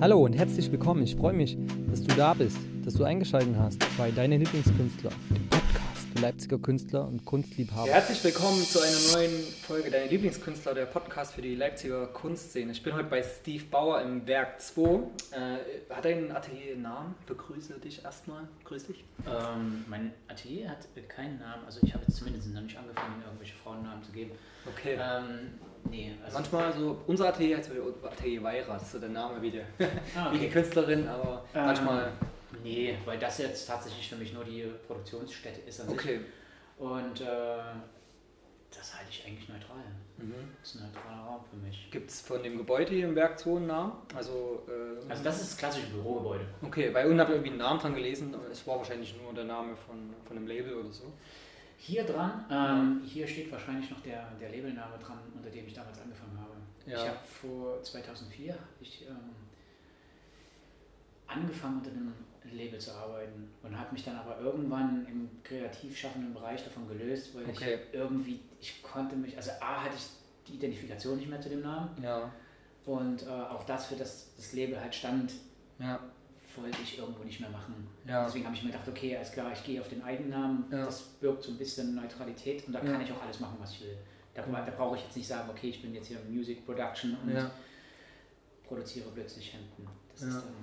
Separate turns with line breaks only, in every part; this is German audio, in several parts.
Hallo und herzlich willkommen. Ich freue mich, dass du da bist, dass du eingeschaltet hast bei Deine Lieblingskünstler, dem Podcast für Leipziger Künstler und Kunstliebhaber. Herzlich willkommen zu einer neuen Folge Deine Lieblingskünstler, der Podcast für die Leipziger Kunstszene. Ich bin heute bei Steve Bauer im Werk 2. Hat dein Atelier einen Namen? Begrüße dich erstmal. Grüß dich.
Mein Atelier hat keinen Namen, also ich habe jetzt zumindest noch nicht angefangen, mir irgendwelche Frauennamen zu geben.
Okay.
Nee, also
manchmal so, unser Atelier heißt Atelier Weira, das ist so der Name wie
okay.
die Künstlerin, aber manchmal...
Nee, weil das jetzt tatsächlich für mich nur die Produktionsstätte ist an sich.
Okay.
Und das halte ich eigentlich neutral. Das ist ein neutraler Raum für mich.
Gibt es von dem Gebäude hier im Werk 2 einen Namen? Also
das ist das klassische Bürogebäude.
Okay, weil unten habe ich irgendwie einen Namen dran gelesen, es war wahrscheinlich nur der Name von einem Label oder so.
Hier dran, hier steht wahrscheinlich noch der Labelname dran, unter dem ich damals angefangen habe. Ja. Ich habe vor 2004 angefangen, unter einem Label zu arbeiten und habe mich dann aber irgendwann im kreativ schaffenden Bereich davon gelöst, weil ich konnte mich, also A, hatte ich die Identifikation nicht mehr zu dem Namen, und auch das, für das Label halt stand, wollte ich irgendwo nicht mehr machen. Ja. Deswegen habe ich mir gedacht, okay, alles klar, ich gehe auf den Eigennamen, das birgt so ein bisschen Neutralität und da kann ich auch alles machen, was ich will. Da brauche ich jetzt nicht sagen, okay, ich bin jetzt hier in Music Production und produziere plötzlich Hemden. Das ist dann,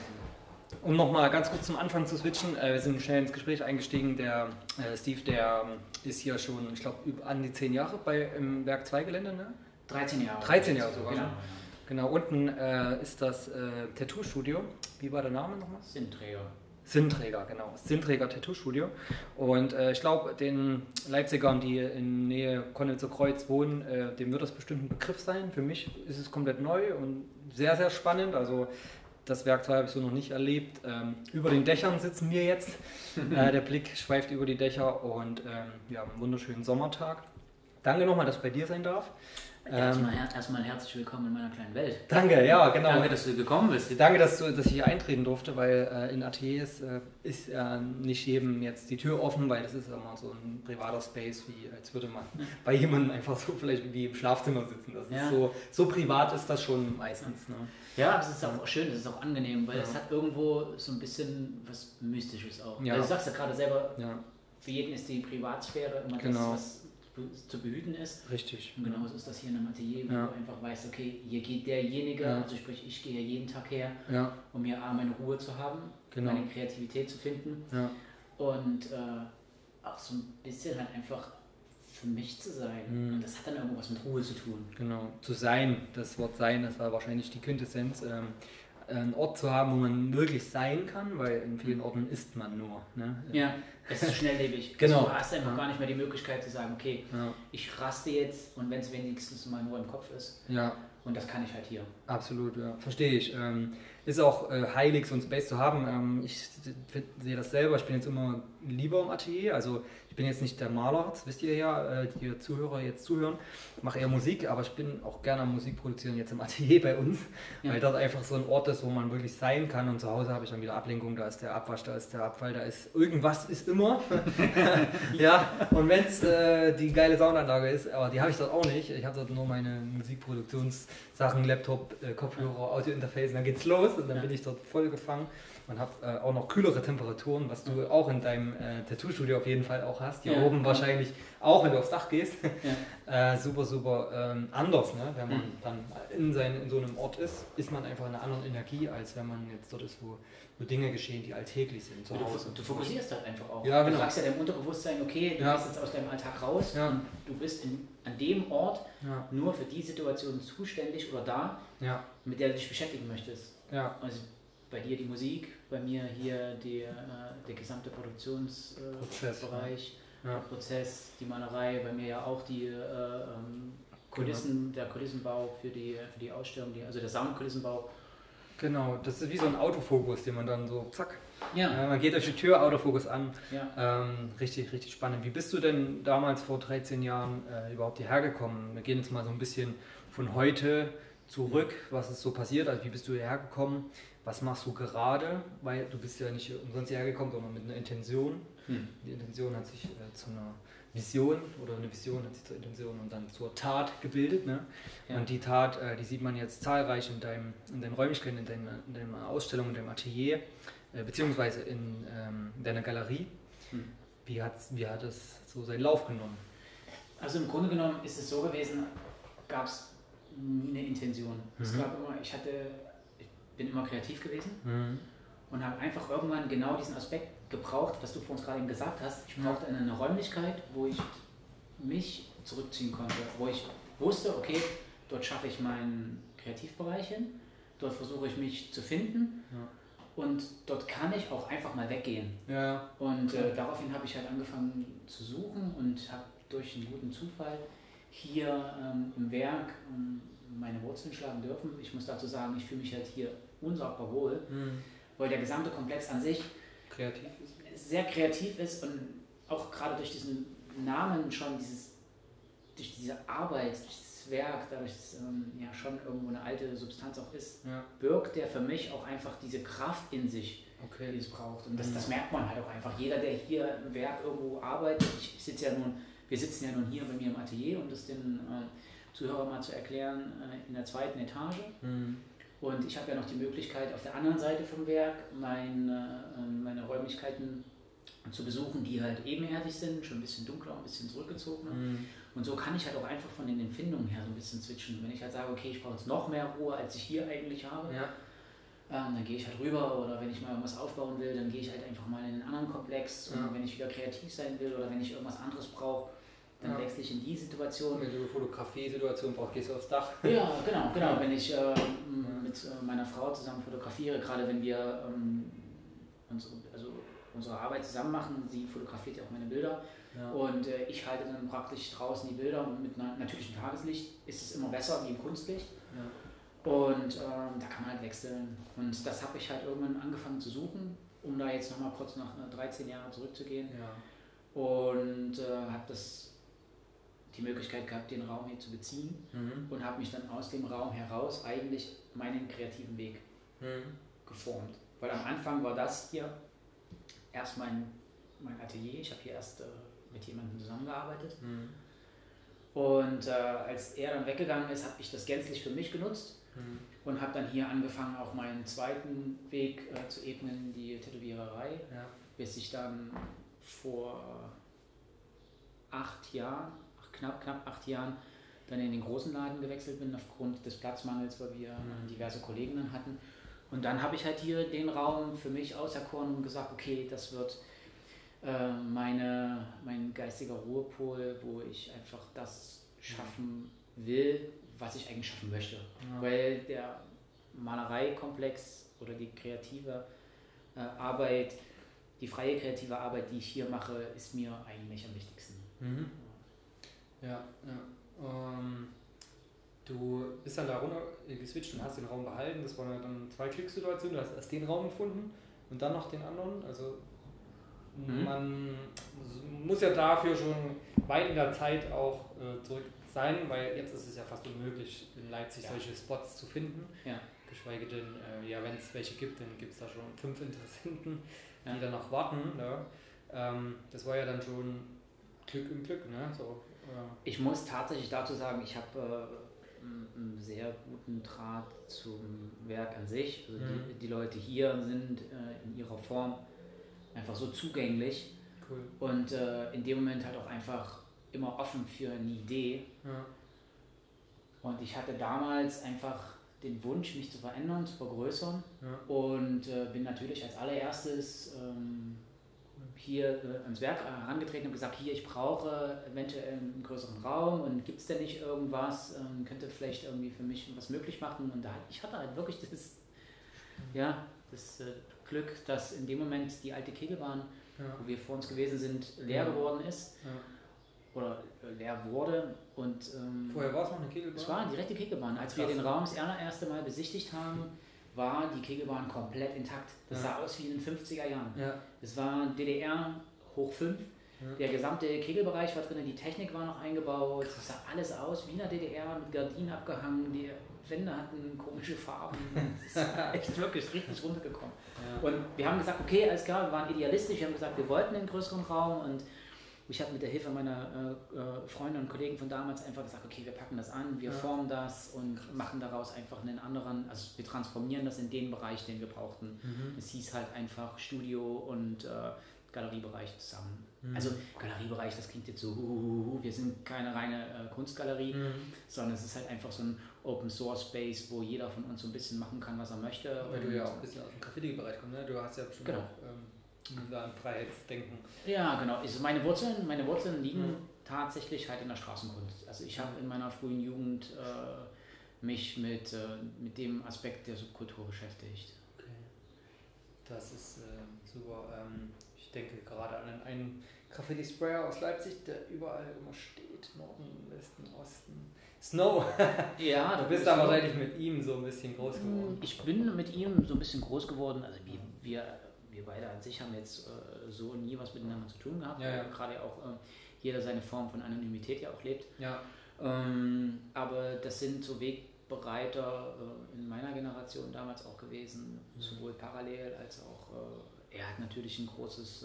um nochmal ganz kurz zum Anfang zu switchen, wir sind schnell ins Gespräch eingestiegen. Der Steve, der ist hier schon, ich glaube, an die 10 Jahre im Werk 2 Gelände, ne?
13 Jahre.
13 Jahre sogar. Genau, unten ist das Tattoo-Studio. Wie war der Name nochmal? Sinnträger, genau. Sinnträger Tattoo-Studio. Und ich glaube, den Leipzigern, die in Nähe Konnewitzer Kreuz wohnen, dem wird das bestimmt ein Begriff sein. Für mich ist es komplett neu und sehr, sehr spannend. Also das Werk 2 habe ich so noch nicht erlebt. Über den Dächern sitzen wir jetzt. Der Blick schweift über die Dächer und wir haben einen wunderschönen Sommertag. Danke nochmal, dass ich bei dir sein darf.
Erstmal herzlich willkommen in meiner kleinen Welt.
Danke, ja, genau.
Danke, dass du gekommen bist.
Danke, dass ich hier eintreten durfte, weil in Ateliers ist nicht jedem jetzt die Tür offen, weil das ist immer so ein privater Space, wie als würde man bei jemandem einfach so vielleicht wie im Schlafzimmer sitzen. Das ist so privat ist das schon meistens. Ne?
Ja, es ist auch schön, es ist auch angenehm, weil es hat irgendwo so ein bisschen was Mystisches auch. Ja. Also du sagst ja gerade selber, für jeden ist die Privatsphäre immer das, was zu behüten ist.
Richtig.
Und genauso ist das hier in einem Atelier, wo du einfach weißt, okay, hier geht derjenige, also sprich, ich gehe jeden Tag her, um mir meine Ruhe zu haben, meine Kreativität zu finden und auch so ein bisschen halt einfach für mich zu sein. Und das hat dann irgendwas mit Ruhe zu tun.
Genau, zu sein, das Wort sein, das war wahrscheinlich die Quintessenz. Einen Ort zu haben, wo man wirklich sein kann, weil in vielen Orten ist man nur. Ne?
Ja, es ist schnelllebig.
Genau.
Also du hast einfach gar nicht mehr die Möglichkeit zu sagen, okay, ich raste jetzt und wenn es wenigstens mal nur im Kopf ist. Ja. Und das kann ich halt hier.
Absolut, ja. Verstehe ich. Ist auch heilig, so ein Space zu haben. Ich sehe das selber, ich bin jetzt immer lieber im Atelier, also ich bin jetzt nicht der Maler, das wisst ihr ja, die Zuhörer jetzt zuhören. Ich mache eher Musik, aber ich bin auch gerne am Musik produzieren jetzt im Atelier bei uns, weil das einfach so ein Ort ist, wo man wirklich sein kann und zu Hause habe ich dann wieder Ablenkung, da ist der Abwasch, da ist der Abfall, da ist irgendwas ist immer. Ja, und wenn es die geile Soundanlage ist, aber die habe ich dort auch nicht, ich habe dort nur meine Musikproduktionssachen, Laptop, Kopfhörer, Audiointerface und dann geht's los und dann bin ich dort voll gefangen. Man hat auch noch kühlere Temperaturen, was du auch in deinem Tattoo-Studio auf jeden Fall auch hast. Hier oben wahrscheinlich auch, wenn du aufs Dach gehst. Super, super anders. Ne? Wenn man dann in so einem Ort ist man einfach in einer anderen Energie, als wenn man jetzt dort ist, wo Dinge geschehen, die alltäglich sind.
Du fokussierst halt einfach auch.
Ja, genau.
Du sagst ja deinem Unterbewusstsein, okay, du bist jetzt aus deinem Alltag raus und du bist an dem Ort nur für die Situation zuständig oder da, mit der du dich beschäftigen möchtest. Ja. Also bei dir die Musik, bei mir hier der gesamte Produktionsbereich, der Prozess, die Malerei, bei mir ja auch die der Kulissenbau für die Ausstellung, also der Soundkulissenbau.
Genau, das ist wie so ein Autofokus, den man dann so zack, man geht durch die Tür, Autofokus an. Ja. Richtig, richtig spannend. Wie bist du denn damals vor 13 Jahren überhaupt hierher gekommen? Wir gehen jetzt mal so ein bisschen von heute zurück, was ist so passiert, also wie bist du hierher gekommen? Was machst du gerade? Weil du bist ja nicht umsonst hierher gekommen, sondern mit einer Intention. Die Intention hat sich zu einer Vision oder eine Vision hat sich zur Intention und dann zur Tat gebildet. Ne? Ja. Und die Tat, die sieht man jetzt zahlreich in deinen Räumlichkeiten, in deiner Ausstellung, in deinem Atelier, beziehungsweise in deiner Galerie. Wie hat es so seinen Lauf genommen?
Also im Grunde genommen ist es so gewesen, gab es nie eine Intention. Es gab immer, ich bin immer kreativ gewesen und habe einfach irgendwann genau diesen Aspekt gebraucht, was du vor uns gerade eben gesagt hast. Ich brauchte eine Räumlichkeit, wo ich mich zurückziehen konnte, wo ich wusste, okay, dort schaffe ich meinen Kreativbereich hin, dort versuche ich mich zu finden und dort kann ich auch einfach mal weggehen. Ja. Und daraufhin habe ich halt angefangen zu suchen und habe durch einen guten Zufall hier im Werk meine Wurzeln schlagen dürfen. Ich muss dazu sagen, ich fühle mich halt hier unsagbar wohl, weil der gesamte Komplex an sich sehr kreativ ist und auch gerade durch diesen Namen schon durch diese Arbeit, durch dieses Werk, dadurch, dass es schon irgendwo eine alte Substanz auch ist, birgt der für mich auch einfach diese Kraft in sich, die es braucht. Und das merkt man halt auch einfach. Jeder, der hier im Werk irgendwo arbeitet, wir sitzen ja nun hier bei mir im Atelier, um das den Zuhörern mal zu erklären, in der 2. Etage. Und ich habe ja noch die Möglichkeit, auf der anderen Seite vom Werk meine Räumlichkeiten zu besuchen, die halt ebenerdig sind, schon ein bisschen dunkler, ein bisschen zurückgezogener. Und so kann ich halt auch einfach von den Empfindungen her so ein bisschen switchen. Wenn ich halt sage, okay, ich brauche jetzt noch mehr Ruhe, als ich hier eigentlich habe, dann gehe ich halt rüber. Oder wenn ich mal irgendwas aufbauen will, dann gehe ich halt einfach mal in einen anderen Komplex. Und wenn ich wieder kreativ sein will oder wenn ich irgendwas anderes brauche, dann wechsle ich in die Situation.
Wenn du eine Fotografie-Situation brauchst, gehst du aufs Dach.
Ja, genau. Wenn ich mit meiner Frau zusammen fotografiere, gerade wenn wir unsere Arbeit zusammen machen, sie fotografiert ja auch meine Bilder und ich halte dann praktisch draußen die Bilder und mit natürlichem Tageslicht ist es immer besser wie im Kunstlicht. Und da kann man halt wechseln. Und das habe ich halt irgendwann angefangen zu suchen, um da jetzt nochmal kurz nach 13 Jahren zurückzugehen. Und habe die Möglichkeit gehabt, den Raum hier zu beziehen und habe mich dann aus dem Raum heraus eigentlich meinen kreativen Weg geformt. Weil am Anfang war das hier erst mein Atelier. Ich habe hier erst mit jemandem zusammengearbeitet. Und als er dann weggegangen ist, habe ich das gänzlich für mich genutzt und habe dann hier angefangen, auch meinen zweiten Weg zu ebnen, die Tätowiererei, bis ich dann vor 8 Jahren, knapp 8 Jahren, dann in den großen Laden gewechselt bin, aufgrund des Platzmangels, weil wir diverse Kolleginnen hatten. Und dann habe ich halt hier den Raum für mich auserkoren und gesagt, okay, das wird mein geistiger Ruhepol, wo ich einfach das schaffen will, was ich eigentlich schaffen möchte. Weil der Malereikomplex oder die kreative Arbeit, die freie kreative Arbeit, die ich hier mache, ist mir eigentlich am wichtigsten.
Du bist dann da runter geswitcht und hast den Raum behalten. Das war dann 2 Glückssituationen. Du hast erst den Raum gefunden und dann noch den anderen. Also man muss ja dafür schon weit in der Zeit auch zurück sein, weil jetzt ist es ja fast unmöglich, in Leipzig solche Spots zu finden. Geschweige denn, wenn es welche gibt, dann gibt es da schon 5 Interessenten, die dann noch warten. Ne? Das war ja dann schon Glück im Glück. Ne? So,
ich muss tatsächlich dazu sagen, ich habe einen sehr guten Draht zum Werk an sich. Also die Leute hier sind in ihrer Form einfach so zugänglich und in dem Moment halt auch einfach immer offen für eine Idee. Und ich hatte damals einfach den Wunsch, mich zu verändern, zu vergrößern und bin natürlich als allererstes hier ans Werk herangetreten und gesagt, hier, ich brauche eventuell einen größeren Raum und gibt es denn nicht irgendwas, könnte vielleicht irgendwie für mich was möglich machen. Und ich hatte halt wirklich das Glück, dass in dem Moment die alte Kegelbahn, wo wir vor uns gewesen sind, leer geworden ist oder leer wurde. Und
vorher war es noch eine Kegelbahn?
Es war eine direkte Kegelbahn. Als wir den Raum das allererste Mal besichtigt haben, war die Kegelbahn komplett intakt. Das sah aus wie in den 50er Jahren. Es war DDR hoch 5. Der gesamte Kegelbereich war drin, die Technik war noch eingebaut. Es sah alles aus wie in der DDR, mit Gardinen abgehangen. Die Wände hatten komische Farben. Es ist echt wirklich richtig runtergekommen. Und wir haben gesagt, okay, alles klar, wir waren idealistisch. Wir haben gesagt, wir wollten einen größeren Raum und ich habe mit der Hilfe meiner Freunde und Kollegen von damals einfach gesagt, okay, wir packen das an, wir formen das und machen daraus einfach einen anderen, also wir transformieren das in den Bereich, den wir brauchten. Es hieß halt einfach Studio und Galeriebereich zusammen. Also Galeriebereich, das klingt jetzt so, wir sind keine reine Kunstgalerie, sondern es ist halt einfach so ein Open Source Space, wo jeder von uns so ein bisschen machen kann, was er möchte.
Weil du ja auch ein bisschen aus dem Graffiti-Bereich kommst, ne? Du hast ja bestimmt auch da ein Freiheitsdenken.
Ja, genau. Also meine Wurzeln liegen tatsächlich halt in der Straßenkunst. Also ich habe in meiner frühen Jugend mich mit dem Aspekt der Subkultur beschäftigt.
Okay. Das ist super. Ich denke gerade an einen Graffiti-Sprayer aus Leipzig, der überall immer steht. Norden, Westen, Osten. Snow!
Ja,
du bist da wahrscheinlich mit ihm so ein bisschen groß geworden.
Ich bin mit ihm so ein bisschen groß geworden. Also wir beide an sich haben jetzt so nie was miteinander zu tun gehabt, weil gerade auch jeder seine Form von Anonymität ja auch lebt. Ja. Aber das sind so Wegbereiter in meiner Generation damals auch gewesen, sowohl parallel als auch er hat natürlich einen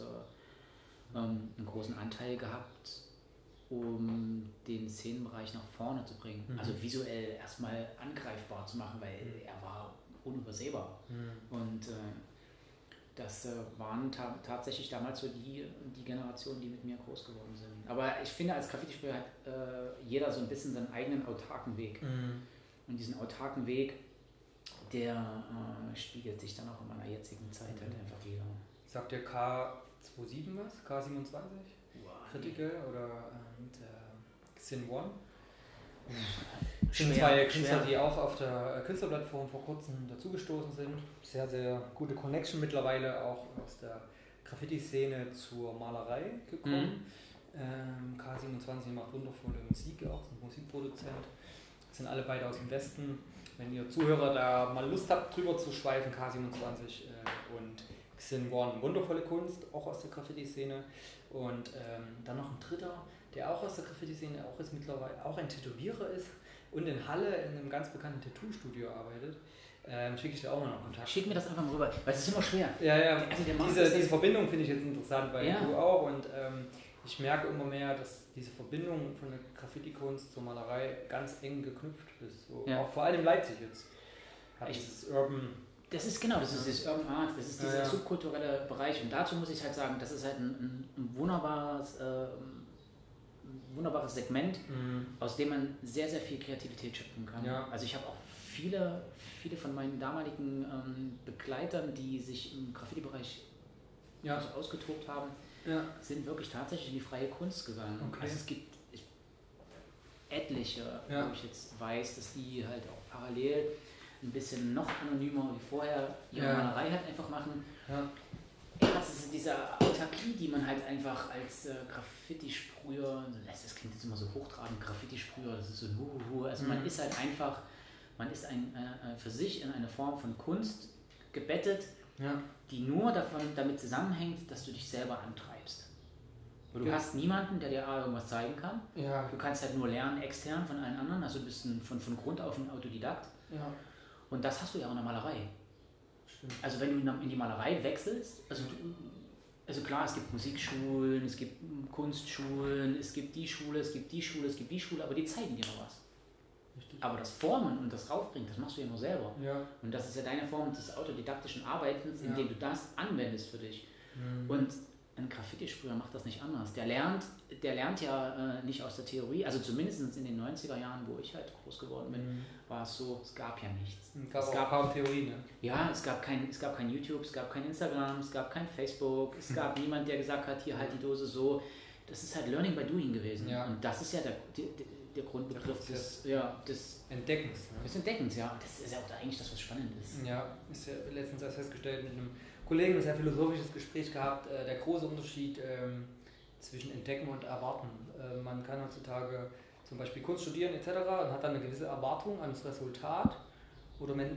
großen Anteil gehabt, um den Szenenbereich nach vorne zu bringen. Also visuell erstmal angreifbar zu machen, weil er war unübersehbar. Und das waren tatsächlich damals so die Generationen, die mit mir groß geworden sind. Aber ich finde, als Graffiti-Spieler hat jeder so ein bisschen seinen eigenen autarken Weg. Und diesen autarken Weg, der spiegelt sich dann auch in meiner jetzigen Zeit halt einfach wieder.
Sagt der K27 was? K27? Critical oder Xin One? Das sind zwei Künstler, die auch auf der Künstlerplattform vor kurzem dazugestoßen sind. Sehr, sehr gute Connection mittlerweile auch aus der Graffiti-Szene zur Malerei gekommen. K27 macht wundervolle Musik, auch ist ein Musikproduzent. Sind alle beide aus dem Westen. Wenn ihr Zuhörer da mal Lust habt, drüber zu schweifen, K27 und Xin One, wundervolle Kunst, auch aus der Graffiti-Szene. Und dann noch ein dritter, der auch aus der Graffiti-Szene auch ist, mittlerweile auch ein Tätowierer ist und in Halle in einem ganz bekannten Tattoo-Studio arbeitet. Schicke ich dir auch mal noch Kontakt.
Schick mir das einfach mal rüber, weil es ist immer schwer.
Ja, also diese Verbindung finde ich jetzt interessant, weil du auch und ich merke immer mehr, dass diese Verbindung von der Graffiti-Kunst zur Malerei ganz eng geknüpft ist. So. Auch vor allem in Leipzig jetzt.
Das ist das Urban Art, das ist dieser subkulturelle Bereich und dazu muss ich halt sagen, das ist halt ein wunderbares Segment, aus dem man sehr, sehr viel Kreativität schöpfen kann. Ja. Also ich habe auch viele von meinen damaligen Begleitern, die sich im Graffiti-Bereich ausgetobt haben, sind wirklich tatsächlich in die freie Kunst gegangen. Okay. Also es gibt etliche, wo ich jetzt weiß, dass die halt auch parallel ein bisschen noch anonymer wie vorher ihre Malerei halt einfach machen. Ja, das ist diese Autarkie, die man halt einfach als Graffiti-Sprüher, das klingt jetzt immer so hochtrabend, Graffiti-Sprüher, das ist so also man ist halt einfach, man ist für sich in eine Form von Kunst gebettet, die nur damit zusammenhängt, dass du dich selber antreibst. Du hast niemanden, der dir irgendwas zeigen kann. Ja. Du kannst halt nur lernen extern von allen anderen, also du bist von Grund auf ein Autodidakt. Ja. Und das hast du ja auch in der Malerei. Stimmt. Also wenn du in die Malerei wechselst, also klar, es gibt Musikschulen, es gibt Kunstschulen, es gibt die Schule, es gibt die Schule, es gibt die Schule, aber die zeigen dir noch was. Richtig. Aber das Formen und das Raufbringen, das machst du ja nur selber. Ja. Und das ist ja deine Form des autodidaktischen Arbeitens, indem du das anwendest für dich. Und ein Graffiti-Sprüher macht das nicht anders. Der lernt ja nicht aus der Theorie, also zumindest in den 90er Jahren, wo ich halt groß geworden bin, war es so, es gab ja nichts.
Es gab kaum Theorie, ne?
Ja, es gab kein YouTube, es gab kein Instagram, es gab kein Facebook, es gab niemand, der gesagt hat, hier halt die Dose so. Das ist halt Learning by Doing gewesen. Ja. Und das ist ja der Grundbegriff des
Entdeckens. Ne?
Des Entdeckens, ja. Das ist ja auch eigentlich das, was spannend ist.
Ja, ist ja letztens erst festgestellt mit einem Kollegen, ein sehr philosophisches Gespräch gehabt, der große Unterschied zwischen Entdecken und Erwarten. Man kann heutzutage zum Beispiel Kunst studieren etc. und hat dann eine gewisse Erwartung an das Resultat oder man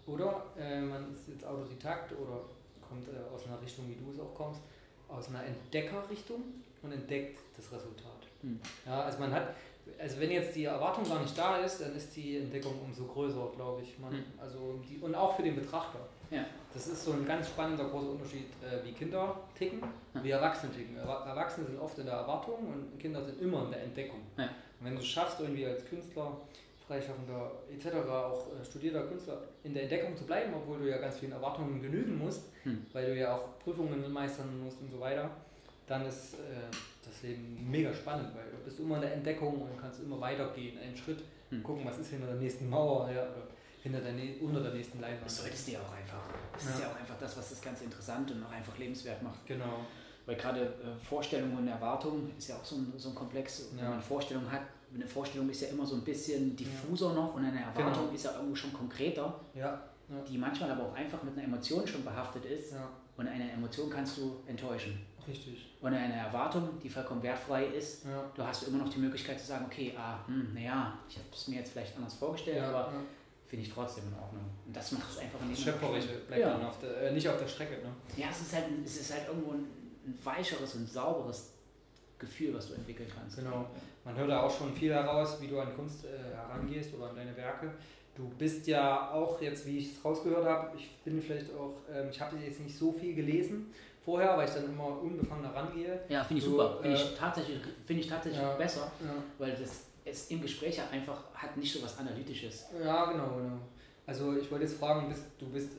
ist jetzt Autodidakt oder kommt aus einer Richtung, wie du es auch kommst, aus einer Entdeckerrichtung und entdeckt das Resultat. Ja, also wenn jetzt die Erwartung gar nicht da ist, dann ist die Entdeckung umso größer, glaube ich. Und auch für den Betrachter. Ja. das ist so ein ganz spannender großer Unterschied, wie Kinder ticken, wie Erwachsene ticken. Erwachsene sind oft in der Erwartung und Kinder sind immer in der Entdeckung. Ja. Und wenn du es schaffst, irgendwie als Künstler, Freischaffender etc., auch studierter Künstler, in der Entdeckung zu bleiben, obwohl du ja ganz vielen Erwartungen genügen musst, weil du ja auch Prüfungen meistern musst und so weiter, dann ist das Leben mega spannend, weil du bist immer in der Entdeckung und kannst immer weitergehen, einen Schritt, gucken, was ist hinter der nächsten Mauer, ja, oder unter der nächsten Leinwand.
Das solltest du ja auch einfach. Das ist ja auch einfach das, was das Ganze interessant und auch einfach lebenswert macht.
Genau.
Weil gerade Vorstellung und Erwartung ist ja auch so ein Komplex. Wenn man eine Vorstellung hat, eine Vorstellung ist ja immer so ein bisschen diffuser noch und eine Erwartung ist ja irgendwo schon konkreter, die manchmal aber auch einfach mit einer Emotion schon behaftet ist. Ja. Und eine Emotion kannst du enttäuschen.
Richtig.
Und eine Erwartung, die vollkommen wertfrei ist, du hast immer noch die Möglichkeit zu sagen, okay, naja, ich habe es mir jetzt vielleicht anders vorgestellt, aber finde ich trotzdem in Ordnung. Und das macht es einfach
das Schöpferische bleibt dann nicht auf der Strecke. Ne?
Ja, es ist halt irgendwo ein weicheres und sauberes Gefühl, was du entwickeln kannst.
Genau. Man hört da auch schon viel heraus, wie du an Kunst herangehst oder an deine Werke. Du bist ja auch jetzt, wie ich es rausgehört habe, ich habe jetzt nicht so viel gelesen vorher, weil ich dann immer unbefangener rangehe.
Ja, finde ich super. Finde ich tatsächlich besser, weil es im Gespräch einfach hat nicht so was Analytisches.
Ja, genau. Also ich wollte jetzt fragen, du bist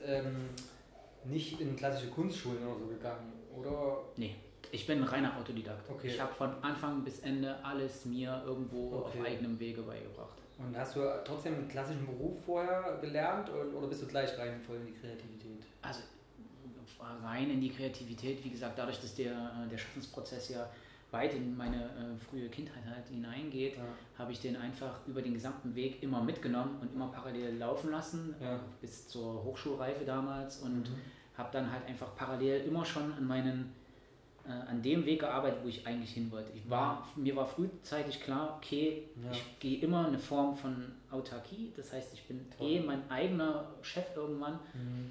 nicht in klassische Kunstschulen oder so gegangen, oder?
Nee, ich bin ein reiner Autodidakt.
Okay.
Ich habe von Anfang bis Ende alles mir irgendwo auf eigenem Wege beigebracht.
Und hast du trotzdem einen klassischen Beruf vorher gelernt oder bist du gleich rein voll in die Kreativität?
Also rein in die Kreativität, wie gesagt, dadurch, dass der Schaffensprozess ja weit in meine frühe Kindheit halt hineingeht, habe ich den einfach über den gesamten Weg immer mitgenommen und immer parallel laufen lassen, bis zur Hochschulreife damals und habe dann halt einfach parallel immer schon an dem Weg gearbeitet, wo ich eigentlich hin wollte. Mir war frühzeitig klar, okay, ich gehe immer eine Form von Autarkie, das heißt, ich bin mein eigener Chef irgendwann.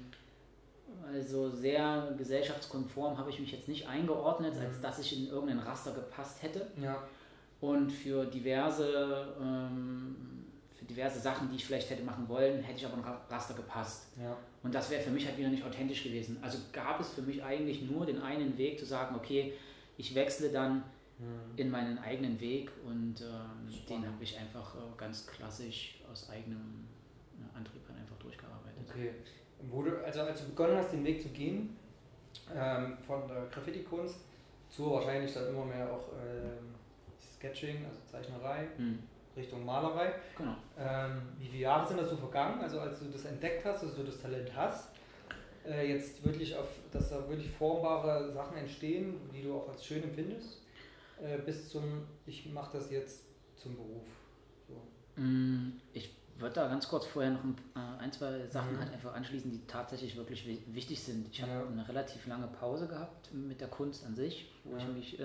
Also sehr gesellschaftskonform habe ich mich jetzt nicht eingeordnet, als dass ich in irgendein Raster gepasst hätte. Ja. Und für diverse Sachen, die ich vielleicht hätte machen wollen, hätte ich aber ein Raster gepasst. Ja. Und das wäre für mich halt wieder nicht authentisch gewesen. Also gab es für mich eigentlich nur den einen Weg zu sagen, okay, ich wechsle dann in meinen eigenen Weg und den habe ich einfach ganz klassisch aus eigenem Antrieb einfach durchgearbeitet.
Okay. Als du begonnen hast, den Weg zu gehen, von der Graffiti-Kunst zu wahrscheinlich dann immer mehr auch Sketching, also Zeichnerei, Richtung Malerei. Genau. Wie viele Jahre sind das so vergangen, also als du das entdeckt hast, dass du das Talent hast, jetzt wirklich dass da wirklich formbare Sachen entstehen, die du auch als schön empfindest, bis zum, ich mache das jetzt zum Beruf? So.
Ich würde da ganz kurz vorher noch ein, zwei Sachen halt einfach anschließen, die tatsächlich wirklich wichtig sind. Ich habe eine relativ lange Pause gehabt mit der Kunst an sich, wo ich mich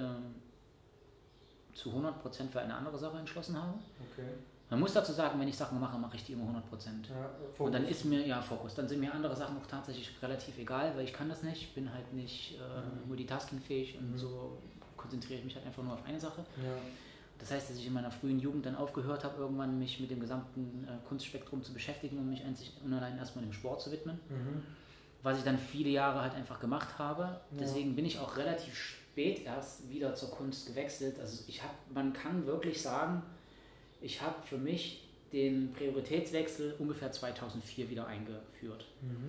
zu 100% für eine andere Sache entschlossen habe. Okay. Man muss dazu sagen, wenn ich Sachen mache, mache ich die immer 100%. Ja, und dann ist mir, Fokus, dann sind mir andere Sachen auch tatsächlich relativ egal, weil ich kann das nicht, ich bin halt nicht multitaskingfähig und so konzentriere ich mich halt einfach nur auf eine Sache. Ja. Das heißt, dass ich in meiner frühen Jugend dann aufgehört habe, irgendwann mich mit dem gesamten Kunstspektrum zu beschäftigen und mich einzig und allein erstmal dem Sport zu widmen. Was ich dann viele Jahre halt einfach gemacht habe. Ja. Deswegen bin ich auch relativ spät erst wieder zur Kunst gewechselt. Also man kann wirklich sagen, ich habe für mich den Prioritätswechsel ungefähr 2004 wieder eingeführt.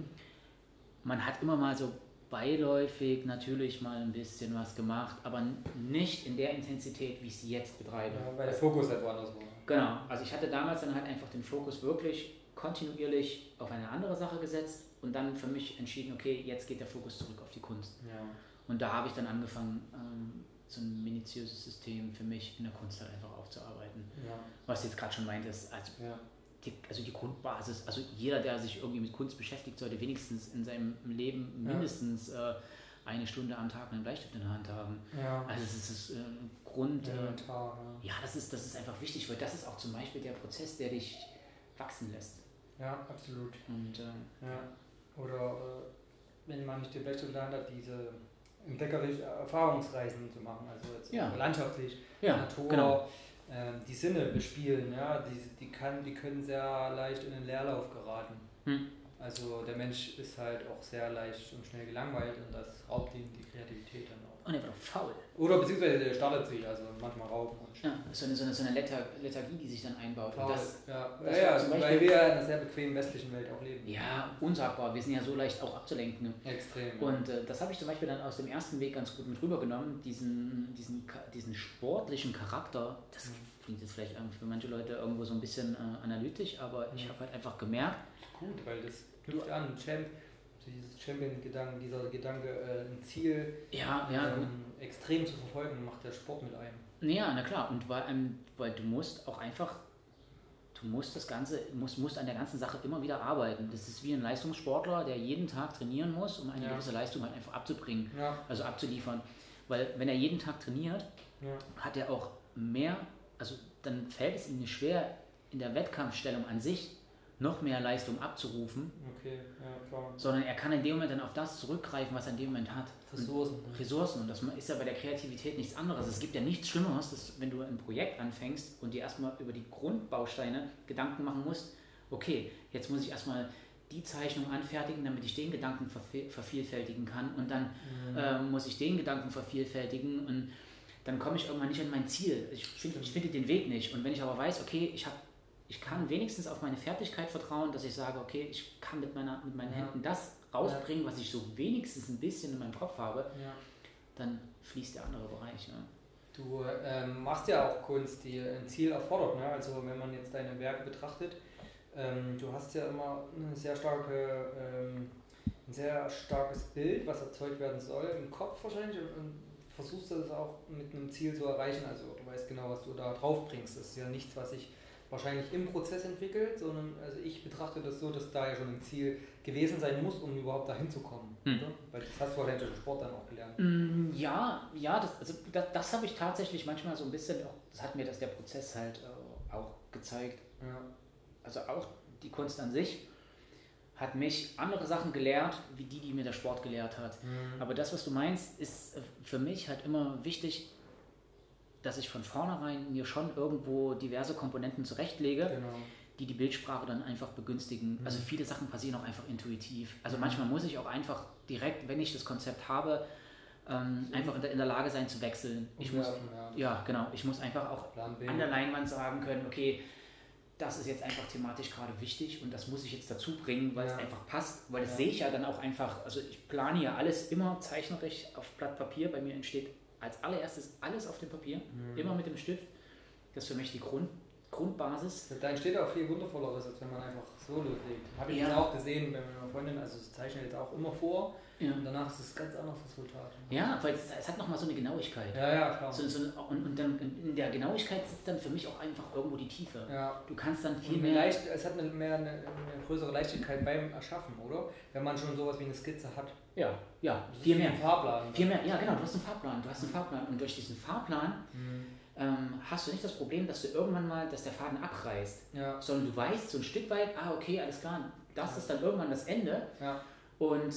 Man hat immer mal so beiläufig natürlich mal ein bisschen was gemacht, aber nicht in der Intensität, wie ich sie jetzt betreibe.
Ja, weil der Fokus halt woanders war.
Genau, also ich hatte damals dann halt einfach den Fokus wirklich kontinuierlich auf eine andere Sache gesetzt und dann für mich entschieden, okay, jetzt geht der Fokus zurück auf die Kunst. Ja. Und da habe ich dann angefangen, so ein minutiöses System für mich in der Kunst halt einfach aufzuarbeiten. Ja. Was du jetzt gerade schon meintest, die Grundbasis, also jeder, der sich irgendwie mit Kunst beschäftigt, sollte wenigstens in seinem Leben mindestens eine Stunde am Tag einen Bleistift in der Hand haben. Ja. Also das ist Grund. Das ist einfach wichtig, weil das ist auch zum Beispiel der Prozess, der dich wachsen lässt.
Ja, absolut. Und, Oder wenn man nicht den Bleistift in der Hand hat, diese entdeckerische Erfahrungsreisen zu machen, also jetzt landschaftlich, Natur. Genau. Die Sinne bespielen, die können sehr leicht in den Leerlauf geraten. Also der Mensch ist halt auch sehr leicht und schnell gelangweilt und das raubt ihm die Kreativität dann auch.
Und er wird auch faul.
Oder beziehungsweise der startet sich, also manchmal rauben.
Ja, so eine Lethargie, die sich dann einbaut.
Faul.
Und das
weil wir ja in einer sehr bequemen westlichen Welt auch leben.
Ja, unsagbar. Wir sind ja so leicht auch abzulenken.
Extrem.
Und das habe ich zum Beispiel dann aus dem ersten Weg ganz gut mit rübergenommen, diesen sportlichen Charakter. Das klingt jetzt vielleicht für manche Leute irgendwo so ein bisschen analytisch, aber ich habe halt einfach gemerkt.
Das ist gut, weil das knüpft an, dieses Champion-Gedanke, dieser Gedanke, ein Ziel extrem zu verfolgen, macht der Sport mit einem.
Ja, na klar, und weil du musst auch einfach, musst an der ganzen Sache immer wieder arbeiten. Das ist wie ein Leistungssportler, der jeden Tag trainieren muss, um eine gewisse Leistung halt einfach abzubringen, also abzuliefern. Weil wenn er jeden Tag trainiert, hat er auch mehr, also dann fällt es ihm schwer, in der Wettkampfstellung an sich noch mehr Leistung abzurufen,
klar.
Sondern er kann in dem Moment dann auf das zurückgreifen, was er in dem Moment hat. Ressourcen. Und das ist ja bei der Kreativität nichts anderes. Es gibt ja nichts Schlimmeres, dass wenn du ein Projekt anfängst und dir erstmal über die Grundbausteine Gedanken machen musst, okay, jetzt muss ich erstmal die Zeichnung anfertigen, damit ich den Gedanken vervielfältigen kann und dann muss ich den Gedanken vervielfältigen und dann komme ich irgendwann nicht an mein Ziel. Ich finde den Weg nicht. Und wenn ich aber weiß, okay, ich kann wenigstens auf meine Fertigkeit vertrauen, dass ich sage, okay, ich kann mit meinen Händen das rausbringen, was ich so wenigstens ein bisschen in meinem Kopf habe, dann fließt der andere Bereich. Ja.
Du machst ja auch Kunst, die ein Ziel erfordert. Ne? Also wenn man jetzt deine Werke betrachtet, du hast ja immer ein sehr starkes Bild, was erzeugt werden soll, im Kopf wahrscheinlich und versuchst das auch mit einem Ziel zu erreichen. Also du weißt genau, was du da drauf bringst. Das ist ja nichts, was sich wahrscheinlich im Prozess entwickelt, sondern also ich betrachte das so, dass da ja schon ein Ziel gewesen sein muss, um überhaupt dahin zu kommen. Oder? Weil das hast du wahrscheinlich im Sport dann auch gelernt.
Das habe ich tatsächlich manchmal so ein bisschen, das hat mir der Prozess halt auch gezeigt.
Ja.
Also auch die Kunst an sich hat mich andere Sachen gelehrt, wie die mir der Sport gelehrt hat. Aber das, was du meinst, ist für mich halt immer wichtig, dass ich von vornherein mir schon irgendwo diverse Komponenten zurechtlege, die Bildsprache dann einfach begünstigen. Also viele Sachen passieren auch einfach intuitiv. Also manchmal muss ich auch einfach direkt, wenn ich das Konzept habe, einfach in der Lage sein zu wechseln. Ich muss einfach auch an der Leinwand sagen können, okay, das ist jetzt einfach thematisch gerade wichtig und das muss ich jetzt dazu bringen, weil es einfach passt, weil das sehe ich ja dann auch einfach, also ich plane ja alles immer zeichnerisch auf Blatt Papier, bei mir entsteht als allererstes alles auf dem Papier, immer mit dem Stift. Das ist für mich die Grundbasis.
Da entsteht auch viel Wundervolleres, als wenn man einfach so loslegt. Habe ich jetzt auch gesehen bei meiner Freundin, also das zeichne ich jetzt auch immer vor und danach ist es ganz anderes Resultat.
Ja, weil es hat nochmal so eine Genauigkeit.
Ja, klar.
Und dann in der Genauigkeit sitzt dann für mich auch einfach irgendwo die Tiefe.
Ja.
Du kannst dann viel mehr...
Es hat eine größere Leichtigkeit beim Erschaffen, oder? Wenn man schon sowas wie eine Skizze hat.
Ja, viel mehr.
Fahrplan.
Viel mehr, ja genau, du hast einen Fahrplan. Und durch diesen Fahrplan hast du nicht das Problem, dass der Faden abreißt, sondern du weißt so ein Stück weit, okay, alles klar, das ist dann irgendwann das Ende.
Ja.
Und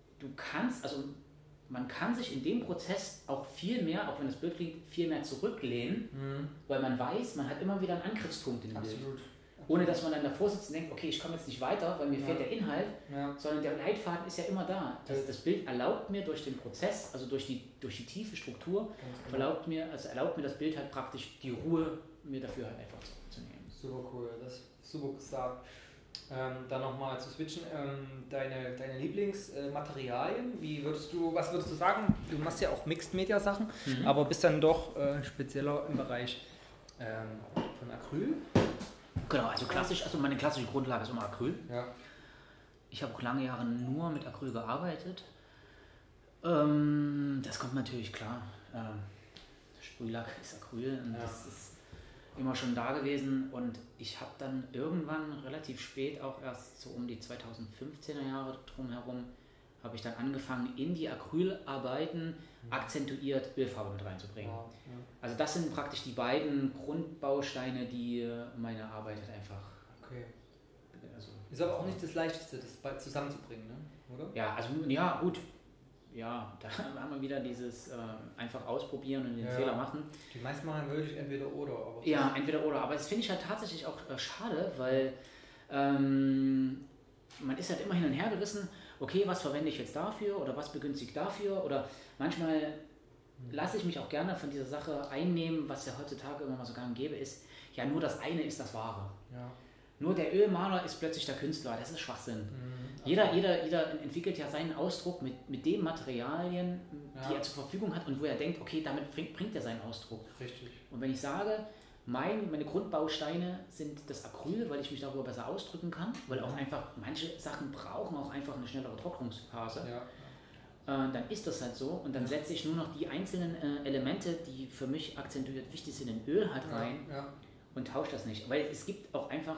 man kann sich in dem Prozess auch viel mehr, auch wenn das Bild klingt, viel mehr zurücklehnen, weil man weiß, man hat immer wieder einen Angriffspunkt in dem Bild. Ohne dass man dann davor sitzt und denkt, okay, ich komme jetzt nicht weiter, weil mir fehlt der Inhalt, sondern der Leitfaden ist ja immer da. Das Bild erlaubt mir durch den Prozess, also durch die tiefe Struktur, erlaubt mir das Bild halt praktisch die Ruhe, mir dafür halt einfach zu nehmen.
Super cool, das ist super gesagt. Dann nochmal zu switchen, deine Lieblingsmaterialien, was würdest du sagen? Du machst ja auch Mixed-Media-Sachen, aber bist dann doch spezieller im Bereich von Acryl.
Genau, also meine klassische Grundlage ist immer Acryl.
Ja.
Ich habe auch lange Jahre nur mit Acryl gearbeitet. Das kommt natürlich klar. Sprühlack ist Acryl und das ist immer schon da gewesen. Und ich habe dann irgendwann relativ spät, auch erst so um die 2015er Jahre drumherum, habe ich dann angefangen, in die Acrylarbeiten akzentuiert Ölfarbe mit reinzubringen.
Ja.
Also das sind praktisch die beiden Grundbausteine, die meine Arbeit halt einfach...
Okay. Ist aber auch nicht das Leichteste, das zusammenzubringen, ne? Oder?
Ja, also gut. Ja, da haben wir wieder dieses einfach ausprobieren und den Fehler machen.
Die meisten machen wirklich entweder oder.
Entweder oder. Aber das finde ich halt tatsächlich auch schade, weil man ist halt immer hin und her gerissen, okay, was verwende ich jetzt dafür oder was begünstigt dafür oder manchmal lasse ich mich auch gerne von dieser Sache einnehmen, was ja heutzutage immer mal so gang und gäbe ist, ja nur das eine ist das Wahre. Ja. Nur der Ölmaler ist plötzlich der Künstler, das ist Schwachsinn. Jeder entwickelt ja seinen Ausdruck mit den Materialien, die er zur Verfügung hat und wo er denkt, okay, damit bringt er seinen Ausdruck.
Richtig.
Und wenn ich sage, meine Grundbausteine sind das Acryl, weil ich mich darüber besser ausdrücken kann, weil auch einfach manche Sachen brauchen auch einfach eine schnellere Trocknungsphase. Ja. Dann ist das halt so und dann setze ich nur noch die einzelnen Elemente, die für mich akzentuiert wichtig sind, in Öl halt rein und tausche das nicht. Weil es gibt auch einfach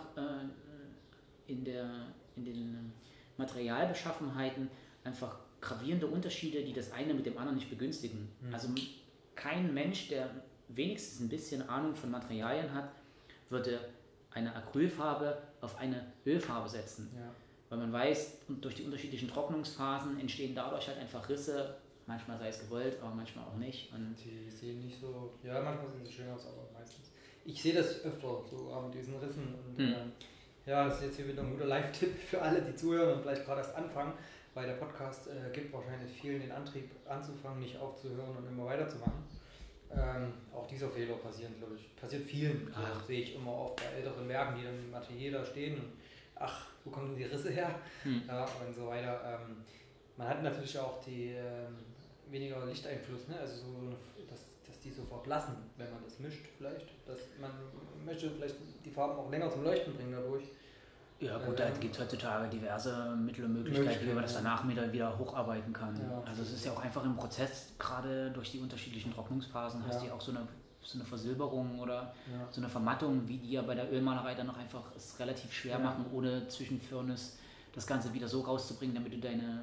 in den Materialbeschaffenheiten einfach gravierende Unterschiede, die das eine mit dem anderen nicht begünstigen. Also kein Mensch, der wenigstens ein bisschen Ahnung von Materialien hat, würde eine Acrylfarbe auf eine Ölfarbe setzen. Ja. Weil man weiß, durch die unterschiedlichen Trocknungsphasen entstehen dadurch halt einfach Risse. Manchmal sei es gewollt, aber manchmal auch nicht. Und
die sehen nicht so, ja, manchmal sehen sie schön aus, aber meistens. Ich sehe das öfter, so mit diesen Rissen. Und ja, das ist jetzt hier wieder ein guter Live-Tipp für alle, die zuhören und vielleicht gerade erst anfangen, weil der Podcast gibt wahrscheinlich vielen den Antrieb anzufangen, nicht aufzuhören und immer weiterzumachen. Auch dieser Fehler passiert vielen. Das sehe ich immer oft bei älteren Werken, die dann im Atelier da stehen und ach, wo kommen denn die Risse her? Ja, und so weiter. Man hat natürlich auch die weniger Lichteinfluss, ne? Also so, dass die so verblassen, wenn man das mischt vielleicht. Dass man möchte vielleicht die Farben auch länger zum Leuchten bringen dadurch.
Ja gut, da gibt es heutzutage diverse Mittel und Möglichkeiten, wie man das danach wieder hocharbeiten kann. Ja, also es ist ja auch einfach im Prozess, gerade durch die unterschiedlichen Trocknungsphasen, hast du ja auch so eine Versilberung oder so eine Vermattung, wie die ja bei der Ölmalerei dann noch einfach es relativ schwer machen, ohne Zwischenfirnis das Ganze wieder so rauszubringen, damit du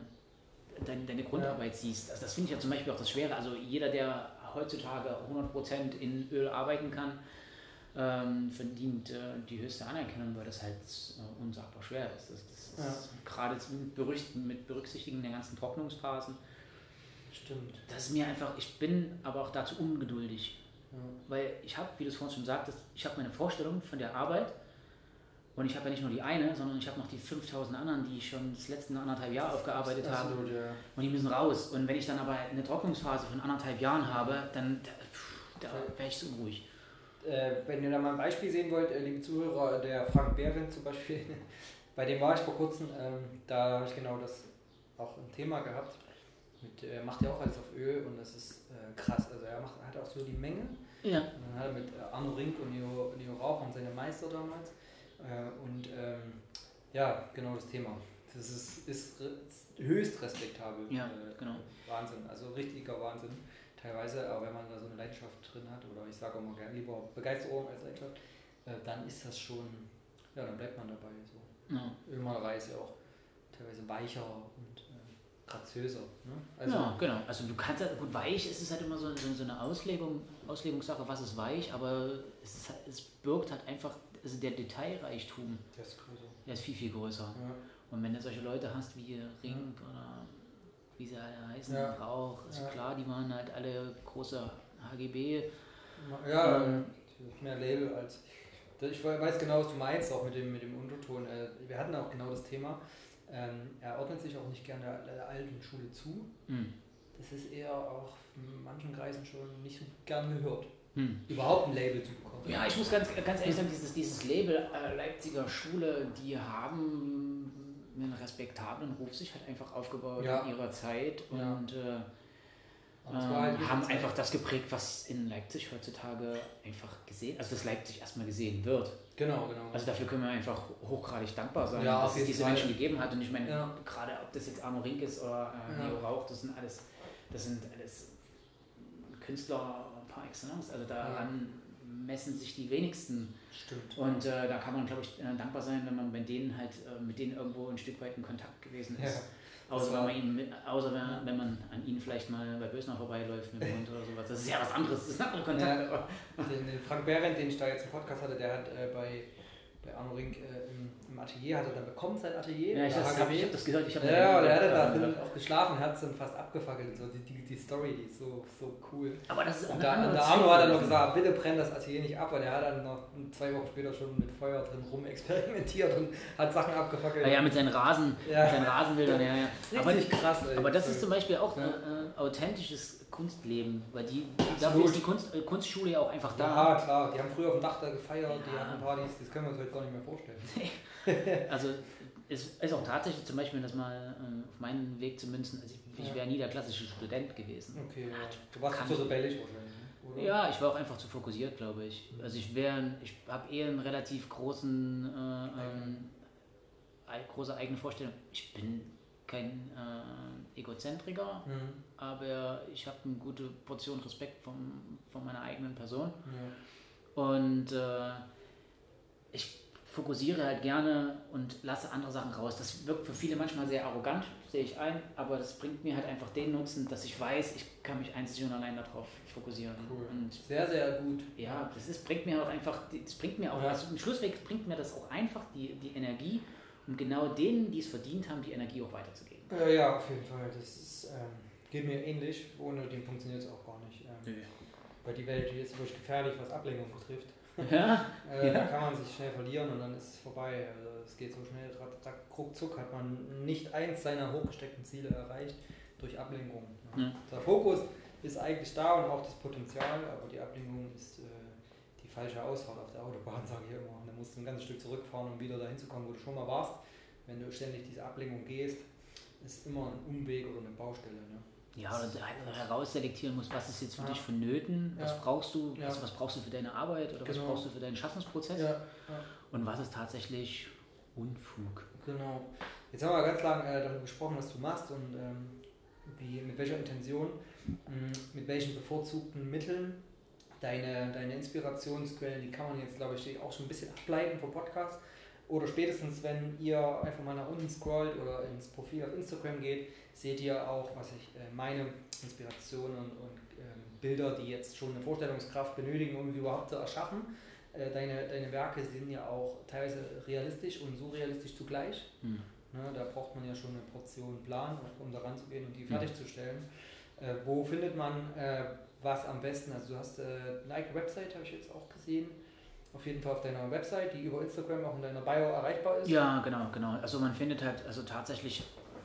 deine Grundarbeit siehst. Also das finde ich ja zum Beispiel auch das Schwere. Also jeder, der heutzutage 100% in Öl arbeiten kann, verdient die höchste Anerkennung, weil das halt unsagbar schwer ist. Das ist gerade mit Berücksichtigen der ganzen Trocknungsphasen.
Stimmt.
Das ist mir einfach, ich bin aber auch dazu ungeduldig. Weil ich habe, wie du es vorhin schon sagtest, ich habe meine Vorstellung von der Arbeit und ich habe ja nicht nur die eine, sondern ich habe noch die 5000 anderen, die ich schon das letzten 1,5 Jahre aufgearbeitet habe und die müssen raus. Und wenn ich dann aber eine Trocknungsphase von 1,5 Jahren habe, dann da wäre ich so unruhig.
Wenn ihr da mal ein Beispiel sehen wollt, liebe Zuhörer, der Frank Behrendt zum Beispiel, bei dem war ich vor kurzem, da habe ich genau das auch ein Thema gehabt. Er macht ja auch alles auf Öl und das ist krass. Also er hat auch so die Menge. Ja. Und dann hat er mit Arno Rink und Neo Rauch und seine Meister damals. Ja, genau das Thema. Das ist höchst respektabel.
Ja, genau.
Wahnsinn, also richtiger Wahnsinn. Teilweise, aber wenn man da so eine Leidenschaft drin hat, oder ich sage auch mal gerne lieber Begeisterung als Leidenschaft, dann ist das schon, ja, dann bleibt man dabei. So. Ja. Ölmalerei ist ja auch teilweise weicher und graziöser. Ne?
Also, ja, genau. Also du kannst ja, gut, weich ist es halt immer so eine Auslegungssache, was ist weich, aber es birgt halt einfach, also der Detailreichtum,
der ist größer.
Der ist viel, viel größer. Ja. Und wenn du solche Leute hast wie Rink oder wie sie alle heißen, Rauch, ist klar, die waren halt alle große HGB.
Ja, mehr Label als. Ich weiß genau, was du meinst, auch mit dem Unterton. Wir hatten auch genau das Thema. Er ordnet sich auch nicht gerne der alten Schule zu. Das ist eher auch in manchen Kreisen schon nicht so gern gehört. Überhaupt ein Label zu bekommen.
Ja, ich muss ganz ehrlich sagen, dieses Label Leipziger Schule, die haben einen respektablen Ruf sich halt einfach aufgebaut in ihrer Zeit und haben einfach das geprägt, was in Leipzig heutzutage einfach also das Leipzig erstmal gesehen wird.
Genau.
Also dafür können wir einfach hochgradig dankbar sein, dass es diese Menschen gegeben hat. Und ich meine, gerade ob das jetzt Arno Rink ist oder Neo Rauch, das sind alles Künstler par excellence. Also daran messen sich die wenigsten.
Stimmt.
Und da kann man, glaube ich, dankbar sein, wenn man mit denen irgendwo ein Stück weit in Kontakt gewesen ist. Ja. Außer wenn man an ihnen vielleicht mal bei Bösner vorbeiläuft mit dem Hund oder sowas. Das ist ja was anderes, das ist ein anderer Kontakt.
Ja, den Frank Behrendt, den ich da jetzt im Podcast hatte, der hat bei bei Arno Rink im Atelier, hat er dann bekommen sein Atelier.
Ja, ich hab das gehört.
Der hat da drin auch geschlafen, hat es dann fast abgefackelt. So, die Story, die ist so cool.
Aber das ist auch
der Arno hat dann noch gesagt, bitte brenn das Atelier nicht ab, weil der hat dann noch 2 Wochen später schon mit Feuer drin rumexperimentiert und hat Sachen abgefackelt.
Ja, mit seinen Rasenbildern, ja.
Richtig krass, ey.
Aber das ist zum Beispiel auch authentisches Kunstleben, weil dafür ist die Kunstschule ja auch einfach da.
Ja, klar, die haben früher auf dem Dach da gefeiert, die hatten Partys, das können wir uns heute gar nicht mehr vorstellen.
Also es ist auch tatsächlich zum Beispiel, das mal auf meinen Weg zu münzen, also ich wäre nie der klassische Student gewesen.
Okay, du warst zu rebellisch wahrscheinlich, oder?
Ja, ich war auch einfach zu fokussiert, glaube ich. Also ich habe eher einen relativ große eigene Vorstellung. Ich bin kein Egozentriker, aber ich habe eine gute Portion Respekt von meiner eigenen Person. Ja. Und ich fokussiere halt gerne und lasse andere Sachen raus. Das wirkt für viele manchmal sehr arrogant, sehe ich ein, aber das bringt mir halt einfach den Nutzen, dass ich weiß, ich kann mich einzig und allein darauf fokussieren.
Cool.
Und
sehr, sehr gut.
Ja, bringt mir auch einfach, also im Schlussweg bringt mir das auch einfach die Energie, um genau denen, die es verdient haben, die Energie auch weiterzugeben.
Ja, auf jeden Fall. Das ist, geht mir ähnlich. Ohne den funktioniert es auch gar nicht. Weil die Welt die ist wirklich gefährlich, was Ablenkung betrifft. Da kann man sich schnell verlieren und dann ist es vorbei. Also es geht so schnell, ruckzuck hat man nicht eins seiner hochgesteckten Ziele erreicht durch Ablenkung. Ja. Der Fokus ist eigentlich da und auch das Potenzial, aber die Ablenkung ist die falsche Ausfahrt auf der Autobahn, sage ich immer. Da musst du ein ganzes Stück zurückfahren, um wieder dahin zu kommen, wo du schon mal warst. Wenn du ständig diese Ablenkung gehst, ist immer ein Umweg oder eine Baustelle. Ne?
Ja, oder herausselektieren musst, was ist jetzt für dich vonnöten, was brauchst du, was brauchst du für deine Arbeit oder was brauchst du für deinen Schaffensprozess und was ist tatsächlich Unfug.
Genau. Jetzt haben wir ganz lange darüber gesprochen, was du machst und mit welcher Intention, mit welchen bevorzugten Mitteln deine Inspirationsquellen, die kann man jetzt, glaube ich, auch schon ein bisschen ableiten vom Podcast. Oder spätestens, wenn ihr einfach mal nach unten scrollt oder ins Profil auf Instagram geht, seht ihr auch, was ich meine Inspirationen und Bilder, die jetzt schon eine Vorstellungskraft benötigen, um sie überhaupt zu erschaffen. Deine Werke sind ja auch teilweise realistisch und surrealistisch zugleich. Ne, da braucht man ja schon eine Portion Plan, um da ranzugehen und die fertigzustellen. Wo findet man was am besten? Also du hast eine eigene Website, habe ich jetzt auch gesehen. Auf jeden Fall auf deiner Website, die über Instagram auch in deiner Bio erreichbar ist.
Ja, genau. Also man findet halt tatsächlich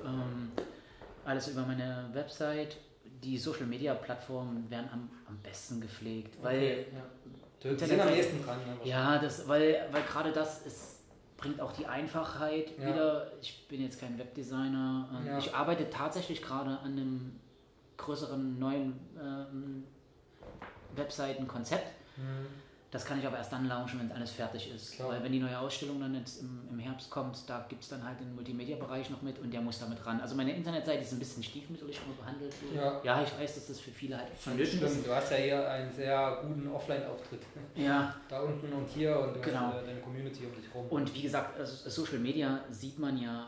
alles über meine Website. Die Social Media Plattformen werden am besten gepflegt, weil
die sind am nächsten dran. Ne,
ja, weil gerade das bringt auch die Einfachheit wieder. Ich bin jetzt kein Webdesigner. Ich arbeite tatsächlich gerade an einem größeren neuen Webseitenkonzept. Das kann ich aber erst dann launchen, wenn alles fertig ist. Klar. Weil wenn die neue Ausstellung dann jetzt im Herbst kommt, da gibt es dann halt den Multimedia-Bereich noch mit und der muss damit ran. Also meine Internetseite ist ein bisschen stiefmütterlich behandelt. Ja, ich weiß, dass das für viele halt vonnöten ist.
Du hast ja hier einen sehr guten Offline-Auftritt.
Ja.
Da unten und hier und du hast deine Community um dich rum.
Und wie gesagt, Social Media sieht man ja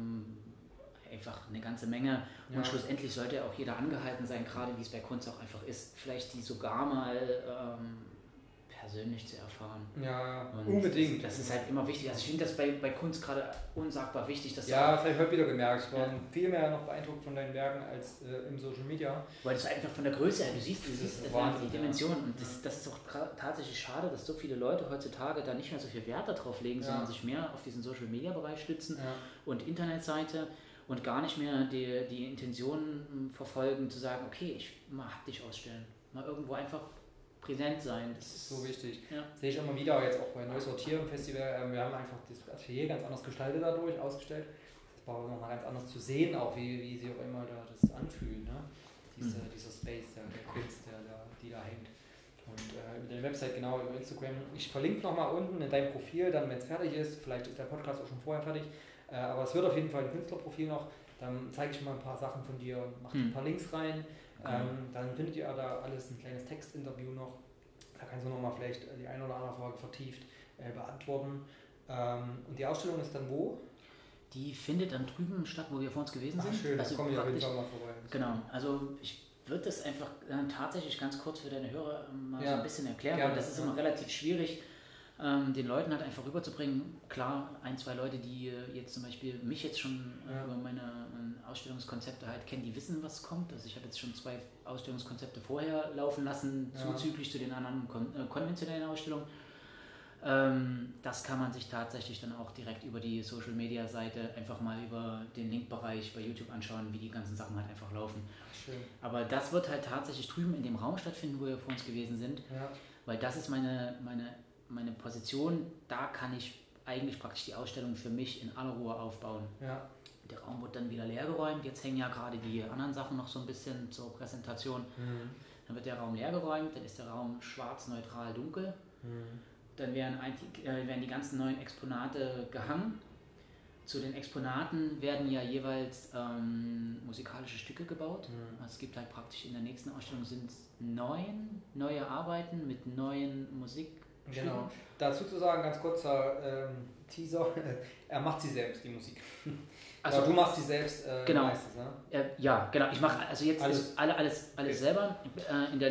einfach eine ganze Menge und schlussendlich sollte auch jeder angehalten sein, gerade wie es bei Kunst auch einfach ist, vielleicht die sogar mal persönlich zu erfahren.
Ja, unbedingt.
Das ist halt immer wichtig. Also ich finde das bei Kunst gerade unsagbar wichtig. Dass
das habe ich heute wieder gemerkt. Ich war viel mehr noch beeindruckt von deinen Werken als im Social Media.
Weil das einfach von der Größe her, du siehst die Dimension und das ist auch tatsächlich schade, dass so viele Leute heutzutage da nicht mehr so viel Wert darauf legen, sondern sich mehr auf diesen Social Media Bereich stützen und Internetseite und gar nicht mehr die Intention verfolgen, zu sagen, okay, ich hab dich ausstellen. Mal irgendwo einfach präsent sein.
Das ist so wichtig. Sehe ich immer wieder, jetzt auch bei Neusortieren Festival, wir haben einfach das Atelier ganz anders gestaltet dadurch, ausgestellt. Das war auch nochmal ganz anders zu sehen, auch wie sich auch immer da das anfühlt, ne? Dieser Space, der Kunst, die da hängt. Und über deine Website, genau, über Instagram. Ich verlinke nochmal unten in dein Profil, dann wenn es fertig ist, vielleicht ist der Podcast auch schon vorher fertig, aber es wird auf jeden Fall ein Künstlerprofil noch, dann zeige ich mal ein paar Sachen von dir, mache ein paar Links rein. Dann findet ihr da alles, ein kleines Textinterview noch. Da kannst du nochmal vielleicht die eine oder andere Frage vertieft beantworten. Und die Ausstellung ist dann wo?
Die findet dann drüben statt, wo wir vor uns gewesen sind.
Schön, also da komme ich auf jeden Fall mal vorbei.
Genau, also ich würde das einfach tatsächlich ganz kurz für deine Hörer mal so ein bisschen erklären, weil das ist immer relativ schwierig. den Leuten halt einfach rüberzubringen. Klar, 1, 2 Leute, die jetzt zum Beispiel mich jetzt schon über meine Ausstellungskonzepte halt kennen, die wissen, was kommt. Also ich habe jetzt schon 2 Ausstellungskonzepte vorher laufen lassen, zuzüglich zu den anderen konventionellen Ausstellungen. Das kann man sich tatsächlich dann auch direkt über die Social-Media-Seite einfach mal über den Linkbereich bei YouTube anschauen, wie die ganzen Sachen halt einfach laufen.
Schön.
Aber das wird halt tatsächlich drüben in dem Raum stattfinden, wo wir vor uns gewesen sind, weil das ist meine Position, da kann ich eigentlich praktisch die Ausstellung für mich in aller Ruhe aufbauen.
Ja.
Der Raum wird dann wieder leer geräumt, jetzt hängen ja gerade die anderen Sachen noch so ein bisschen zur Präsentation. Dann wird der Raum leer geräumt, dann ist der Raum schwarz, neutral, dunkel. Dann werden die ganzen neuen Exponate gehangen. Zu den Exponaten werden ja jeweils musikalische Stücke gebaut. Also es gibt halt praktisch in der nächsten Ausstellung sind 9 neue Arbeiten mit neuen Musikstücken.
Genau. Dazu zu sagen, ganz kurzer Teaser, er macht sie selbst, die Musik. Also du machst sie selbst
genau.
meistens, ne?
Ja, genau. Ich mache also jetzt alles
okay.
selber. In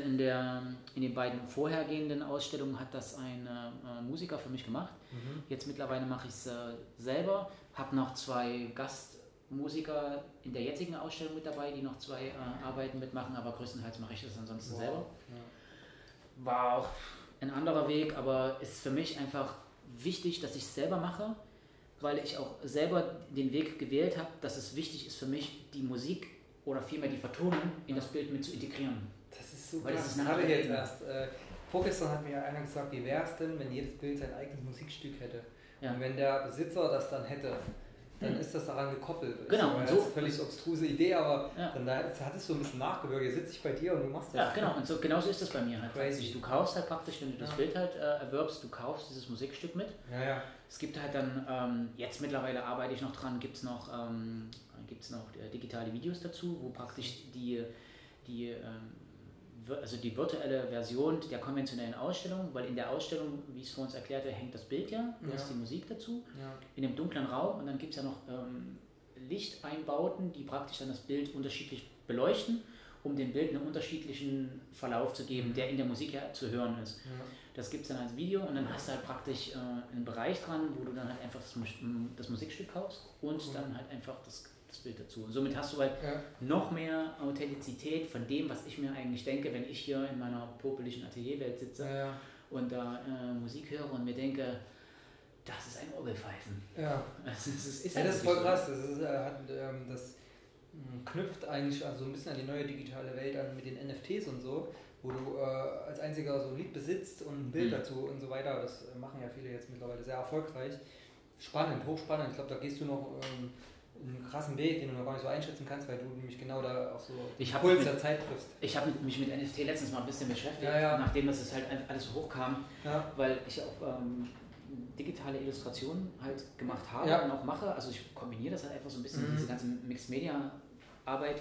den beiden vorhergehenden Ausstellungen hat das ein Musiker für mich gemacht. Jetzt mittlerweile mache ich es selber. Habe noch 2 Gastmusiker in der jetzigen Ausstellung mit dabei, die noch 2 Arbeiten mitmachen, aber größtenteils mache ich das ansonsten selber. Ja. War auch ein anderer Weg, aber ist für mich einfach wichtig, dass ich es selber mache, weil ich auch selber den Weg gewählt habe, dass es wichtig ist für mich, die Musik oder vielmehr die Vertonung in das Bild mit zu integrieren.
Das ist super. Das hatte ich jetzt erst. Vorgestern hat mir einer gesagt, wie wäre es denn, wenn jedes Bild sein eigenes Musikstück hätte? Ja. Und wenn der Besitzer das dann hätte, dann ist das daran gekoppelt.
Genau.
Das ist eine völlig obstruse Idee, aber dann hat es so ein bisschen nachgewirkt. Jetzt sitze ich bei dir und du machst das.
Ja, genau. Und genauso ist das bei mir halt. Crazy. Du kaufst halt praktisch, wenn du das Bild halt erwirbst, du kaufst dieses Musikstück mit.
Ja.
Es gibt halt dann, jetzt mittlerweile arbeite ich noch dran, gibt es noch digitale Videos dazu, wo praktisch die virtuelle Version der konventionellen Ausstellung, weil in der Ausstellung, wie ich es vor uns erklärte, hängt das Bild da ist die Musik dazu, in einem dunklen Raum und dann gibt es ja noch Lichteinbauten, die praktisch dann das Bild unterschiedlich beleuchten, um dem Bild einen unterschiedlichen Verlauf zu geben, der in der Musik ja zu hören ist. Ja. Das gibt es dann als Video und dann hast du halt praktisch einen Bereich dran, wo du dann halt einfach das Musikstück kaufst und dann halt einfach das Bild dazu. Und somit hast du halt noch mehr Authentizität von dem, was ich mir eigentlich denke, wenn ich hier in meiner popeligen Atelierwelt sitze und da Musik höre und mir denke, das ist ein Orgelpfeifen.
Ja,
also,
das ist voll krass. Das knüpft eigentlich also ein bisschen an die neue digitale Welt an mit den NFTs und so, wo du als einziger so ein Lied besitzt und ein Bild dazu und so weiter. Das machen ja viele jetzt mittlerweile sehr erfolgreich. Spannend, hochspannend. Ich glaube, da gehst du noch einen krassen Weg, den du noch gar nicht so einschätzen kannst, weil du nämlich genau da auch so Puls der Zeit triffst.
Ich habe mich mit NFT letztens mal ein bisschen beschäftigt, nachdem das halt alles so hochkam, weil ich auch digitale Illustrationen halt gemacht habe und auch mache. Also ich kombiniere das halt einfach so ein bisschen, diese ganze Mixed-Media-Arbeit.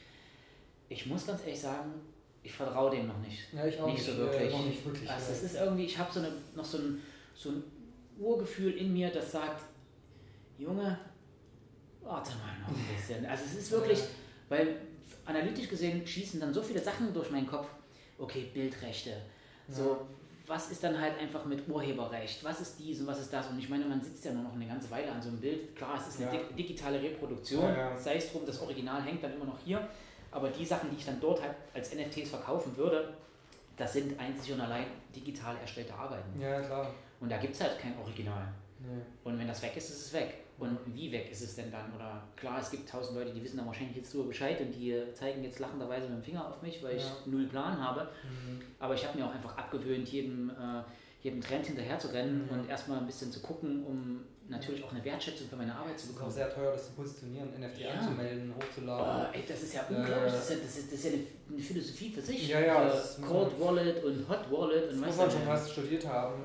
Ich muss ganz ehrlich sagen, ich vertraue dem noch nicht.
Ja, ich auch nicht
so wirklich.
Noch nicht wirklich.
Also es ist irgendwie, ich habe noch so ein Urgefühl in mir, das sagt, Junge, warte mal noch ein bisschen. Also es ist wirklich, weil analytisch gesehen schießen dann so viele Sachen durch meinen Kopf. Okay, Bildrechte. So, was ist dann halt einfach mit Urheberrecht? Was ist dies und was ist das? Und ich meine, man sitzt ja nur noch eine ganze Weile an so einem Bild. Klar, es ist eine digitale Reproduktion. Sei es drum, das Original hängt dann immer noch hier. Aber die Sachen, die ich dann dort halt als NFTs verkaufen würde, das sind einzig und allein digital erstellte Arbeiten.
Ja, klar.
Und da gibt es halt kein Original.
Nee.
Und wenn das weg ist, ist es weg. Und wie weg ist es denn dann? Oder klar, es gibt 1000 Leute, die wissen dann wahrscheinlich jetzt darüber Bescheid und die zeigen jetzt lachenderweise mit dem Finger auf mich, weil ich null Plan habe. Aber ich habe mir auch einfach abgewöhnt, jedem Trend hinterher zu rennen und erstmal ein bisschen zu gucken, um natürlich auch eine Wertschätzung für meine Arbeit zu bekommen.
Es ist auch sehr teuer, das zu positionieren, NFT anzumelden, hochzuladen.
Oh, ey, das ist ja unglaublich. Das ist ja eine Philosophie für sich.
Ja,
Cold Wallet und Hot Wallet. Und
das muss man schon fast studiert haben.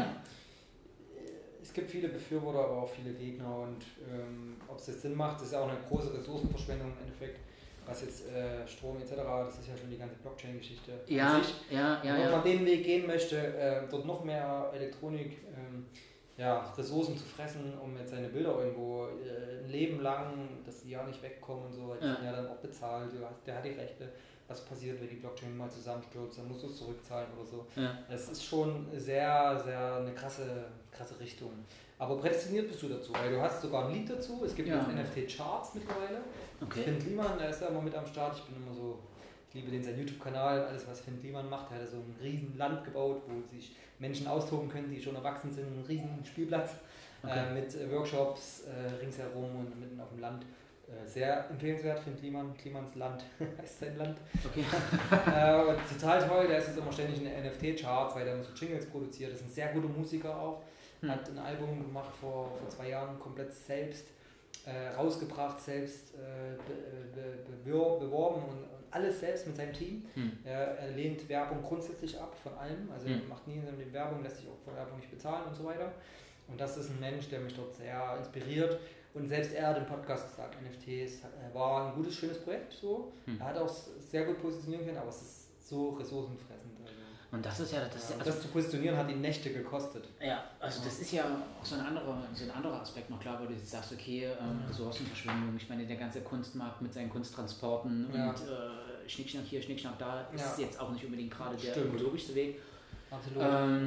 Es gibt viele Befürworter, aber auch viele Gegner und ob es jetzt Sinn macht, ist ja auch eine große Ressourcenverschwendung im Endeffekt, was jetzt Strom etc., das ist ja schon die ganze Blockchain-Geschichte.
Ja.
Wenn man den Weg gehen möchte, dort noch mehr Elektronik Ressourcen zu fressen, um jetzt seine Bilder irgendwo ein Leben lang, dass die ja nicht wegkommen und so, die sind ja dann auch bezahlt, der hat die Rechte, was passiert, wenn die Blockchain mal zusammenstürzt, dann musst du es zurückzahlen oder so. Ja. Das ist schon sehr, sehr eine krasse Richtung. Aber prädestiniert bist du dazu, weil du hast sogar ein Lied dazu, es gibt jetzt NFT-Charts mittlerweile. Okay. Finn Kliman, der ist ja immer mit am Start, ich liebe den, sein YouTube-Kanal, alles was Finn Kliman macht, er hat so ein riesen Land gebaut, wo sich Menschen austoben können, die schon erwachsen sind, einen riesen Spielplatz mit Workshops ringsherum und mitten auf dem Land. Sehr empfehlenswert, Finn Kliman, Klimans Land heißt sein Land. Okay. Total toll, der ist jetzt immer ständig in den NFT-Charts, weil der immer so Jingles produziert, das ist ein sehr guter Musiker auch, hat ein Album gemacht vor 2 Jahren, komplett selbst rausgebracht, selbst beworben und alles selbst mit seinem Team. Er lehnt Werbung grundsätzlich ab von allem, also er macht nie Werbung, lässt sich auch von Werbung nicht bezahlen und so weiter. Und das ist ein Mensch, der mich dort sehr inspiriert. Und selbst er hat im Podcast gesagt, NFTs war ein gutes, schönes Projekt. So. Er hat auch sehr gut positionieren können, aber es ist so ressourcenfressend. Also.
Und das ist ja...
Das zu positionieren hat ihn Nächte gekostet.
Ja, also das ist ja auch so ein anderer Aspekt noch klar, wo du sagst, okay, Ressourcenverschwendung, ich meine, der ganze Kunstmarkt mit seinen Kunsttransporten und Schnickschnack hier, Schnickschnack da, ist jetzt auch nicht unbedingt gerade der ökologischste Weg. Absolut.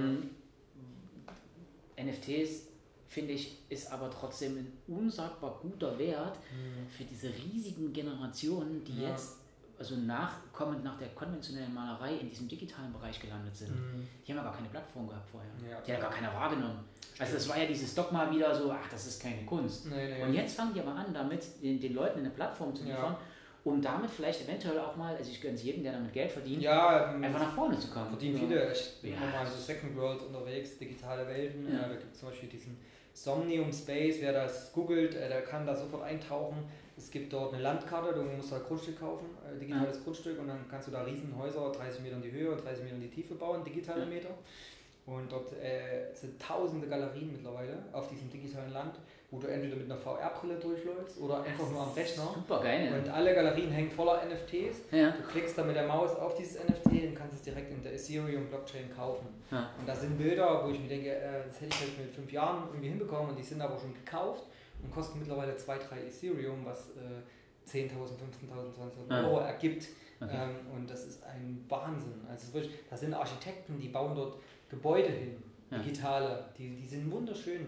NFTs, finde ich, ist aber trotzdem ein unsagbar guter Wert für diese riesigen Generationen, die jetzt, also kommend nach der konventionellen Malerei in diesem digitalen Bereich gelandet sind. Die haben ja gar keine Plattform gehabt vorher. Die hat ja gar keiner wahrgenommen. Also das war ja dieses Dogma wieder so, ach, das ist keine Kunst. Und jetzt fangen die aber an, damit den Leuten eine Plattform zu liefern, um damit vielleicht eventuell auch mal, also ich gönne es jedem, der damit Geld verdient, einfach nach vorne zu kommen.
Verdienen viele. Ich bin mal so Second World unterwegs, digitale Welten. Da gibt es zum Beispiel diesen Somnium Space, wer das googelt, der kann da sofort eintauchen. Es gibt dort eine Landkarte, du musst da Grundstück kaufen, digitales Grundstück, und dann kannst du da Riesenhäuser, 30 Meter in die Höhe und 30 Meter in die Tiefe bauen, digitale Meter. Und dort sind tausende Galerien mittlerweile auf diesem digitalen Land, wo du entweder mit einer VR-Brille durchläufst oder einfach nur am Rechner.
Super geil.
Und alle Galerien hängen voller NFTs. Du klickst dann mit der Maus auf dieses NFT und kannst es direkt in der Ethereum-Blockchain kaufen. Und das sind Bilder, wo ich mir denke, das hätte ich vielleicht mit 5 Jahren irgendwie hinbekommen, und die sind aber schon gekauft und kosten mittlerweile 2-3 Ethereum, was 10.000, 15.000, 20.000 Euro ergibt. Okay. Und das ist ein Wahnsinn. Also wirklich, da sind Architekten, die bauen dort Gebäude hin, digitale, die sind wunderschön.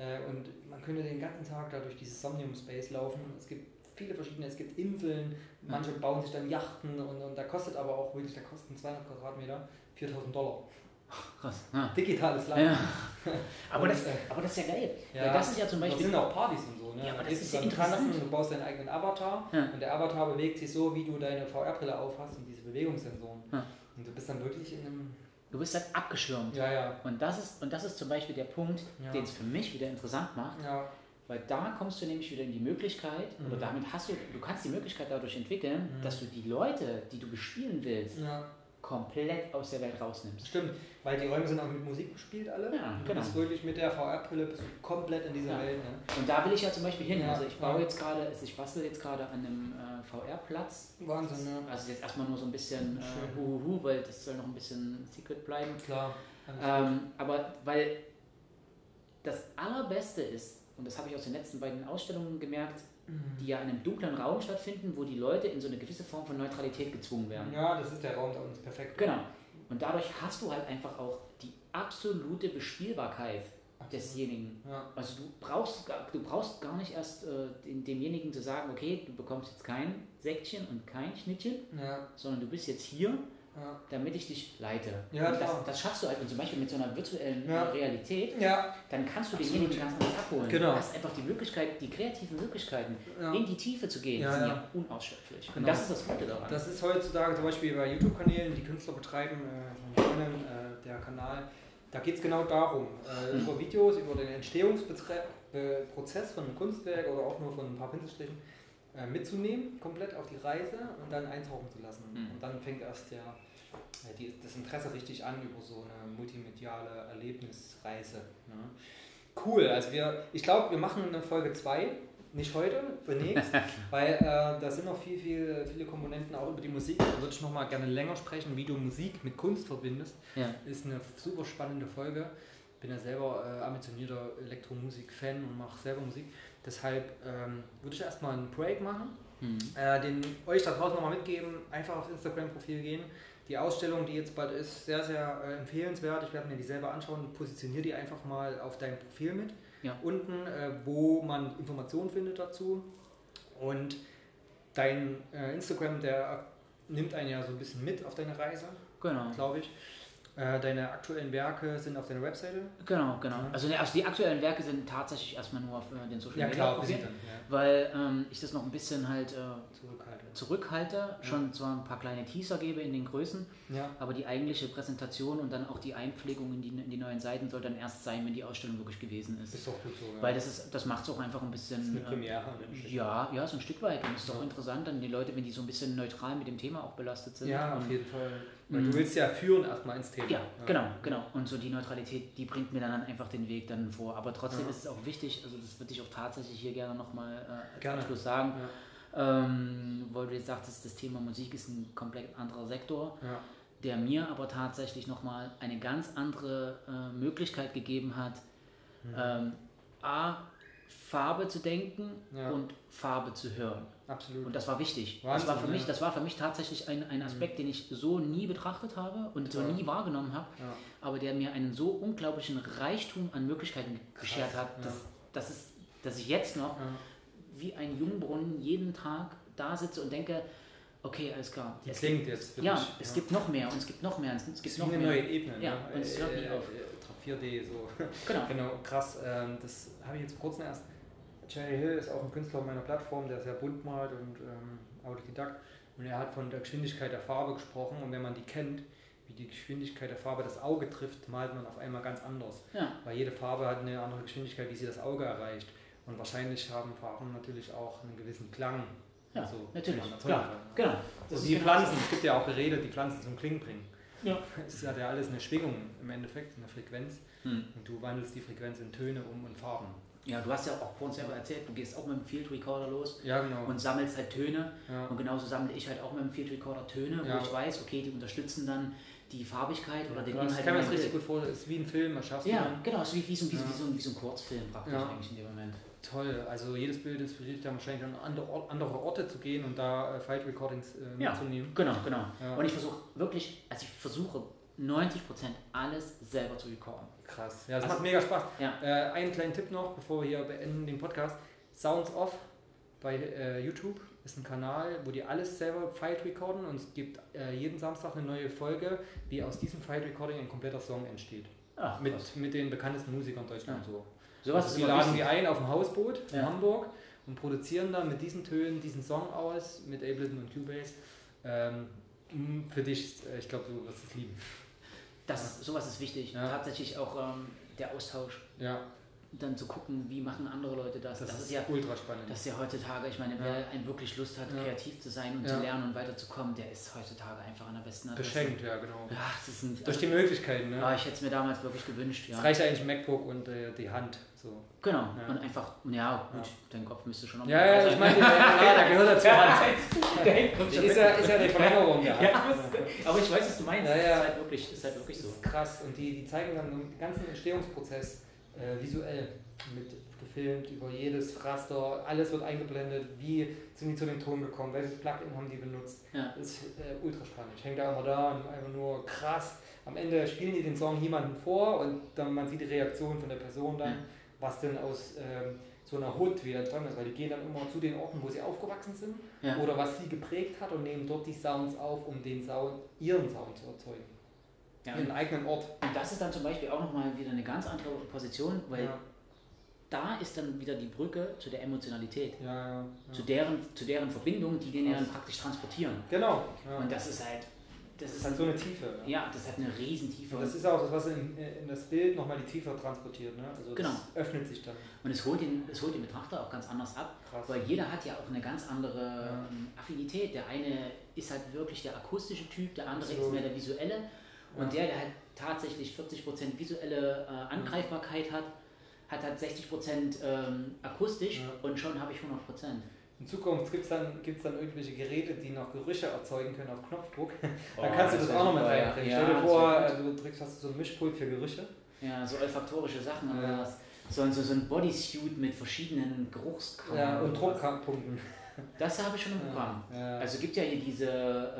Und man könnte den ganzen Tag da durch dieses Somnium Space laufen. Es gibt viele verschiedene, es gibt Inseln, manche bauen sich dann Yachten, und da kostet aber auch wirklich, da kosten 200 Quadratmeter $4.000.
Krass.
Digitales Land.
Ja. aber das ist ja geil. Weil das ist ja zum Beispiel.
Das sind auch Partys und so. Ne?
Ja, aber das ist ja
interessant. Du baust deinen eigenen Avatar und der Avatar bewegt sich so, wie du deine VR-Brille aufhast und diese Bewegungssensoren. Und du bist dann wirklich in einem...
Du bist dann abgeschirmt. Und das ist zum Beispiel der Punkt, den es für mich wieder interessant macht. Weil da kommst du nämlich wieder in die Möglichkeit, oder damit du kannst die Möglichkeit dadurch entwickeln, dass du die Leute, die du bespielen willst, komplett aus der Welt rausnimmst.
Stimmt, weil die Räume sind auch mit Musik bespielt alle. Du bist wirklich mit der VR-Brille komplett in dieser Welt. Ne?
Und da will ich ja zum Beispiel hin. Also ich bastel jetzt gerade an einem VR-Platz.
Wahnsinn, ja.
Also jetzt erstmal nur so ein bisschen weil das soll noch ein bisschen secret bleiben.
Klar.
Aber weil das Allerbeste ist, und das habe ich aus den letzten beiden Ausstellungen gemerkt, die ja in einem dunklen Raum stattfinden, wo die Leute in so eine gewisse Form von Neutralität gezwungen werden.
Ja, das ist der Raum, der uns perfekt.
Genau. Und dadurch hast du halt einfach auch die absolute Bespielbarkeit desjenigen. Also du brauchst gar nicht erst demjenigen zu sagen, okay, du bekommst jetzt kein Säckchen und kein Schnittchen, sondern du bist jetzt hier, damit ich dich leite. Und das schaffst du halt, und zum Beispiel mit so einer virtuellen Realität, dann kannst du denjenigen ganz anders abholen.
Genau.
Du hast einfach die Möglichkeit, die kreativen Möglichkeiten, in die Tiefe zu gehen, sind ja unausschöpflich. Genau. Und das ist das Gute daran.
Das ist heutzutage zum Beispiel bei YouTube-Kanälen, die Künstler betreiben, der Kanal, da geht es genau darum, über Videos, über den Entstehungsprozess von einem Kunstwerk oder auch nur von ein paar Pinselstrichen mitzunehmen, komplett auf die Reise und dann eintauchen zu lassen. Und dann fängt erst das Interesse richtig an über so eine multimediale Erlebnisreise. Ne? Cool, also ich glaube, wir machen eine Folge 2, nicht heute, demnächst, weil da sind noch viele Komponenten auch über die Musik. Da würde ich noch mal gerne länger sprechen, wie du Musik mit Kunst verbindest. Ist eine super spannende Folge. bin ja selber ambitionierter Elektromusik-Fan und mache selber Musik. Deshalb würde ich erstmal einen Break machen, den euch da draußen nochmal mitgeben, einfach aufs Instagram-Profil gehen. Die Ausstellung, die jetzt bald ist, sehr, sehr empfehlenswert. Ich werde mir die selber anschauen, positioniere die einfach mal auf dein Profil mit. Ja. Unten, wo man Informationen findet dazu. Und dein Instagram, der nimmt einen ja so ein bisschen mit auf deine Reise, glaube ich. Deine aktuellen Werke sind auf deiner Webseite?
Genau. Ja. Also die aktuellen Werke sind tatsächlich erstmal nur auf den Social Media Profil, weil ich das noch ein bisschen halt zurückhalte. Schon zwar ein paar kleine Teaser gebe in den Größen, aber die eigentliche Präsentation und dann auch die Einpflegung in die neuen Seiten soll dann erst sein, wenn die Ausstellung wirklich gewesen ist.
Ist doch gut so,
ja. Weil das macht es auch einfach ein bisschen... Das ist eine Premiere. Ja, so ein Stück weit. Und es ist auch interessant, dann die Leute, wenn die so ein bisschen neutral mit dem Thema auch belastet sind.
Ja, auf jeden Fall. Weil du willst ja führen erstmal ins Thema.
Ja, genau. Und so die Neutralität, die bringt mir dann einfach den Weg dann vor. Aber trotzdem ist es auch wichtig, also das würde ich auch tatsächlich hier gerne nochmal als Abschluss sagen, weil du jetzt sagtest, das Thema Musik ist ein komplett anderer Sektor, der mir aber tatsächlich nochmal eine ganz andere Möglichkeit gegeben hat, Farbe zu denken und Farbe zu hören.
Absolut.
Und das war wichtig. Wahnsinn, das war für mich tatsächlich ein Aspekt, den ich so nie betrachtet habe und so nie wahrgenommen habe, aber der mir einen so unglaublichen Reichtum an Möglichkeiten beschert hat, dass ich jetzt noch wie ein Jungbrunnen jeden Tag da sitze und denke, okay, alles klar.
Die klingt jetzt für
mich. Es gibt noch mehr und es gibt noch mehr. Es gibt noch
eine neue Ebene.
Ja, und es hört nie auf.
4D, so.
Genau,
krass. Das habe ich jetzt vor kurzem erst. Jerry Hill ist auch ein Künstler auf meiner Plattform, der sehr bunt malt und Autodidakt. Und er hat von der Geschwindigkeit der Farbe gesprochen. Und wenn man die kennt, wie die Geschwindigkeit der Farbe das Auge trifft, malt man auf einmal ganz anders. Ja. Weil jede Farbe hat eine andere Geschwindigkeit, wie sie das Auge erreicht. Und wahrscheinlich haben Farben natürlich auch einen gewissen Klang.
Ja, also, natürlich. Genau.
Und die Pflanzen, es gibt ja auch Gerede, die Pflanzen zum Klingen bringen. Ja. Es hat ja alles eine Schwingung im Endeffekt, eine Frequenz. Und du wandelst die Frequenz in Töne um und Farben.
Ja, du hast ja auch vorhin selber erzählt, du gehst auch mit dem Field Recorder los
genau.
und sammelst halt Töne. Ja. Und genauso sammle ich halt auch mit dem Field Recorder Töne, wo ich weiß, okay, die unterstützen dann die Farbigkeit oder den Inhalt.
Ich kann mir das richtig gut vorstellen, es ist wie ein Film, was schaffst du dann?
Genau, es ist wie so ein Kurzfilm praktisch eigentlich in dem Moment.
Toll, also jedes Bild inspiriert dann wahrscheinlich an andere Orte zu gehen und da Field Recordings mitzunehmen.
Genau. Ja. Und ich versuche 90% alles selber zu recorden.
Krass, ja, das macht mega Spaß. Ja. Einen kleinen Tipp noch, bevor wir hier beenden den Podcast. Sounds Off bei YouTube ist ein Kanal, wo die alles selber Field recorden und es gibt jeden Samstag eine neue Folge, wie aus diesem Field Recording ein kompletter Song entsteht. Ach, mit den bekanntesten Musikern Deutschlands so. Also die laden die ein auf dem Hausboot in Hamburg und produzieren dann mit diesen Tönen diesen Song aus, mit Ableton und Cubase. Für dich, ich glaube, du wirst es lieben.
Sowas ist wichtig. Ja. Tatsächlich auch der Austausch.
Ja.
Dann zu gucken, wie machen andere Leute das.
Das ist ja ultra spannend.
Das ist ja heutzutage, ich meine, wer wirklich Lust hat, kreativ zu sein und zu lernen und weiterzukommen, der ist heutzutage einfach an der besten Adresse.
Beschenkt, ja, genau.
Ja,
durch die Möglichkeiten, ne?
Ja, ich hätte es mir damals wirklich gewünscht.
Es reicht eigentlich ein MacBook und die Hand. So.
Genau, und einfach, gut, dein Kopf müsste schon noch
ich meine, der gehört dazu. Ist ja die Verlängerung der Hand.
Aber ich weiß, was du meinst. Ist halt wirklich so.
Das ist krass und die zeigen dann den ganzen Entstehungsprozess visuell mit gefilmt über jedes Raster, alles wird eingeblendet, wie sind die zu dem Ton gekommen, welches Plugin haben die benutzt. Ja. Das ist ultra spannend. Ich hänge da immer da und einfach nur krass. Am Ende spielen die den Song jemandem vor und dann man sieht die Reaktion von der Person dann, was denn aus so einer Hood wieder entstanden ist, weil die gehen dann immer zu den Orten, wo sie aufgewachsen sind oder was sie geprägt hat und nehmen dort die Sounds auf, um ihren Sound zu erzeugen. Ja, ihren eigenen Ort.
Und das ist dann zum Beispiel auch nochmal wieder eine ganz andere Position, weil da ist dann wieder die Brücke zu der Emotionalität, zu deren Verbindung, die den dann praktisch transportieren.
Genau.
Ja. Und das ist halt...
Das ist halt so eine Tiefe.
Ja, das hat eine Riesentiefe.
Und das ist auch das, was in das Bild nochmal die Tiefe transportiert. Ne? Also das öffnet sich dann.
Und es holt den Betrachter auch ganz anders ab. Krass. Weil jeder hat ja auch eine ganz andere Affinität. Der eine ist halt wirklich der akustische Typ, der andere ist mehr der visuelle. Und der halt tatsächlich 40% visuelle Angreifbarkeit hat halt 60% akustisch und schon habe ich 100%.
In Zukunft gibt es dann irgendwelche Geräte, die noch Gerüche erzeugen können auf Knopfdruck. Dann kannst du das auch noch mit reinbringen. Stell dir vor, du hast so ein Mischpult für Gerüche
Ja, so olfaktorische Sachen. Aber so ein Bodysuit mit verschiedenen Geruchskammern.
Ja, und Druckpunkten.
Das habe ich schon im Programm.
Ja.
Also es gibt ja hier diese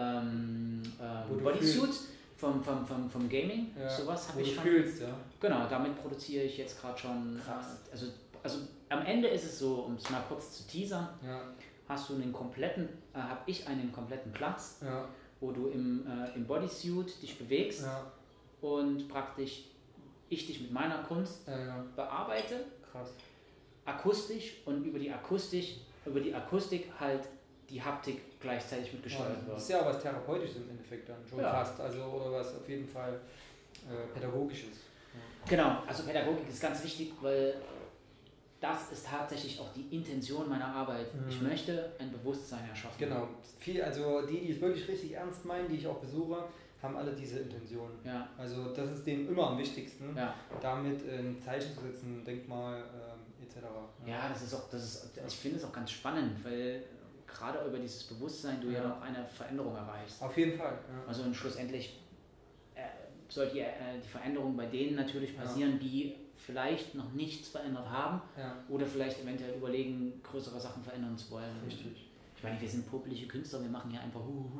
Bodysuits vom Gaming.
Ja.
Sowas habe ich schon.
Fühlst, ja.
Genau, damit produziere ich jetzt gerade schon.
Krass.
Also am Ende ist es so, um es mal kurz zu teasern,
Ja.
hast du habe ich einen kompletten Platz,
Ja.
wo du im Bodysuit dich bewegst und praktisch ich dich mit meiner Kunst bearbeite,
Krass.
akustisch, und über die Akustik halt die Haptik gleichzeitig mitgesteuert wird.
Das ist ja auch was Therapeutisches im Endeffekt dann schon fast, also oder was auf jeden Fall Pädagogisches. Ja.
Genau, also Pädagogik ist ganz wichtig, weil das ist tatsächlich auch die Intention meiner Arbeit. Ich möchte ein Bewusstsein erschaffen.
Genau, also die es wirklich richtig ernst meinen, die ich auch besuche, haben alle diese Intention.
Ja.
Also das ist denen immer am wichtigsten,
Ja.
damit ein Zeichen zu setzen, Denkmal etc.
Ja, ich finde es auch ganz spannend, weil gerade über dieses Bewusstsein du ja noch eine Veränderung erreichst.
Auf jeden Fall. Ja.
Also und schlussendlich soll die Veränderung bei denen natürlich passieren, die vielleicht noch nichts verändert haben oder vielleicht eventuell überlegen, größere Sachen verändern zu wollen.
Richtig.
Ich meine, wir sind publische Künstler, wir machen hier einfach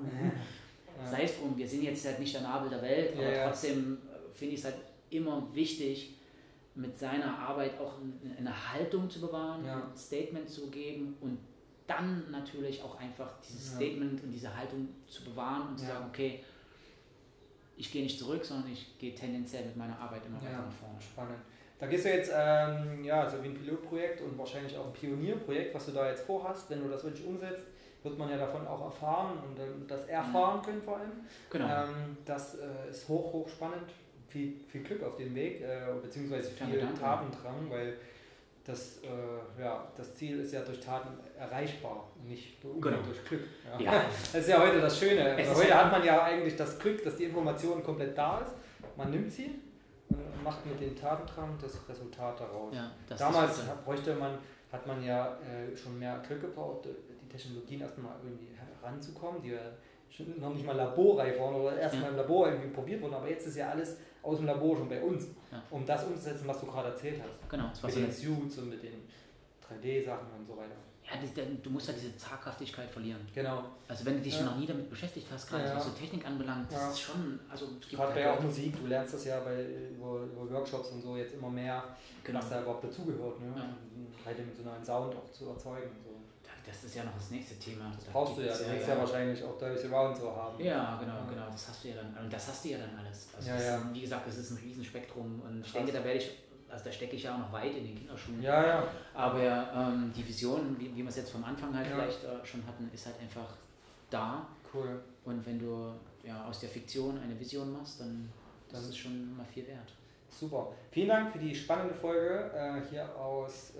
sei es drum, wir sind jetzt halt nicht der Nabel der Welt, aber trotzdem finde ich es halt immer wichtig, mit seiner Arbeit auch eine Haltung zu bewahren, ein Statement zu geben und dann natürlich auch einfach dieses Statement und diese Haltung zu bewahren und zu sagen, okay, ich gehe nicht zurück, sondern ich gehe tendenziell mit meiner Arbeit immer weiter nach vorne.
Spannend. Da gehst du jetzt so wie ein Pilotprojekt und wahrscheinlich auch ein Pionierprojekt, was du da jetzt vorhast. Wenn du das wirklich umsetzt, wird man ja davon auch erfahren und das erfahren können vor allem.
Genau.
Das ist hoch spannend. Viel Glück auf dem Weg, beziehungsweise viel Tatendrang, weil das Ziel ist ja durch Taten erreichbar, nicht unbedingt durch Glück. Ja. Das ist ja heute das Schöne. Heute hat man ja eigentlich das Glück, dass die Information komplett da ist. Man nimmt sie und macht mit den Tatendrang das Resultat daraus. Ja, damals hat man ja schon mehr Glück gebraucht, die Technologien erstmal irgendwie heranzukommen, die ja schon noch nicht mal laborreif waren oder erst mal im Labor irgendwie probiert wurden, aber jetzt ist ja alles aus dem Labor schon bei uns, um das umzusetzen, was du gerade erzählt hast.
Genau.
Mit den Suits und mit den 3D-Sachen und so weiter.
Ja, du musst ja diese Zaghaftigkeit verlieren.
Genau.
Also wenn du dich noch nie damit beschäftigt hast, gerade was so Technik anbelangt, das ist schon, also
gerade bei auch Musik, du lernst das ja über Workshops und so jetzt immer mehr, was da überhaupt dazugehört, ne? Einen dreidimensionalen Sound auch zu erzeugen. So.
Das ist ja noch das nächste Thema.
Das brauchst du ja, du willst ja wahrscheinlich auch Dolby Surround so haben.
Ja, genau, das hast du ja dann, und das hast du ja dann alles. Also wie gesagt, das ist ein Riesenspektrum und ich denke, da stecke ich ja auch noch weit in den Kinderschuhen.
Ja.
Aber die Vision, wie wir es jetzt vom Anfang halt vielleicht schon hatten, ist halt einfach da.
Cool. Und
wenn du aus der Fiktion eine Vision machst, dann ist es schon mal viel wert.
Super. Vielen Dank für die spannende Folge hier aus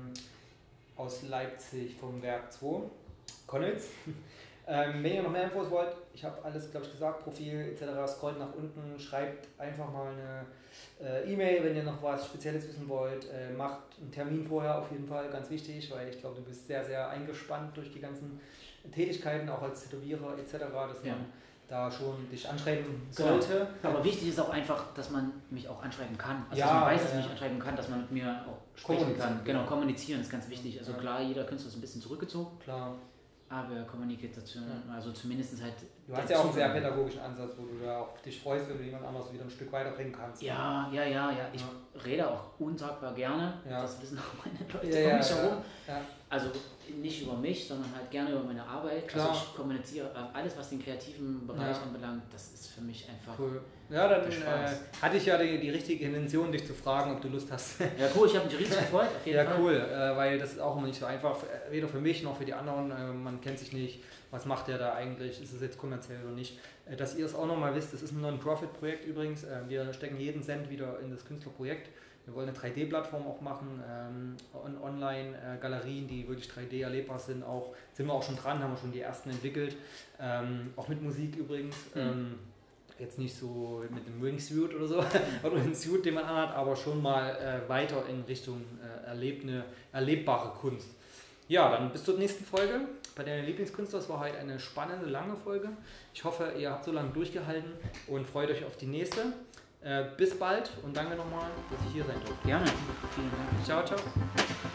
Leipzig vom Werk 2, Konnewitz. Wenn ihr noch mehr Infos wollt, ich habe alles, glaube ich, gesagt, Profil etc., scrollt nach unten, schreibt einfach mal eine E-Mail, wenn ihr noch was Spezielles wissen wollt. Macht einen Termin vorher auf jeden Fall, ganz wichtig, weil ich glaube, du bist sehr, sehr eingespannt durch die ganzen Tätigkeiten, auch als Tätowierer etc., dass man da schon dich anschreiben sollte.
Genau. Aber wichtig ist auch einfach, dass man mich auch anschreiben kann. Also dass man weiß, dass man mich anschreiben kann, dass man mit mir auch sprechen kann. Genau, kommunizieren ist ganz wichtig. Also klar, jeder Künstler ist ein bisschen zurückgezogen.
Klar.
Aber Kommunikation, also zumindest halt...
Du hast ja auch einen sehr pädagogischen Ansatz, wo du da auch dich freust, wenn du jemand anderes wieder ein Stück weiterbringen kannst.
Ja. Ich rede auch unsagbar gerne. Das wissen auch meine Leute um mich herum. Ja. Also nicht über mich, sondern halt gerne über meine Arbeit.
Klar.
Also ich kommuniziere alles, was den kreativen Bereich anbelangt. Das ist für mich einfach
cool. Ja, dann hatte ich ja die richtige Intention, dich zu fragen, ob du Lust hast.
Ja, cool, ich habe mich riesig gefreut. Auf jeden Fall.
Cool, weil das ist auch immer nicht so einfach, weder für mich noch für die anderen. Man kennt sich nicht, was macht der da eigentlich, ist es jetzt kommerziell oder nicht. Dass ihr es auch nochmal wisst, das ist ein Non-Profit-Projekt übrigens. Wir stecken jeden Cent wieder in das Künstlerprojekt. Wir wollen eine 3D-Plattform auch machen, Online-Galerien, die wirklich 3D erlebbar sind. Sind wir auch schon dran, haben wir schon die ersten entwickelt. Auch mit Musik übrigens. Jetzt nicht so mit einem Wingsuit oder so, oder einem Suit, den man anhat, aber schon mal weiter in Richtung erlebbare Kunst. Ja, dann bis zur nächsten Folge bei deiner Lieblingskünstler. Das war heute eine spannende, lange Folge. Ich hoffe, ihr habt so lange durchgehalten und freut euch auf die nächste. Bis bald und danke nochmal, dass ich hier sein durfte.
Gerne. Vielen Dank.
Ciao, ciao.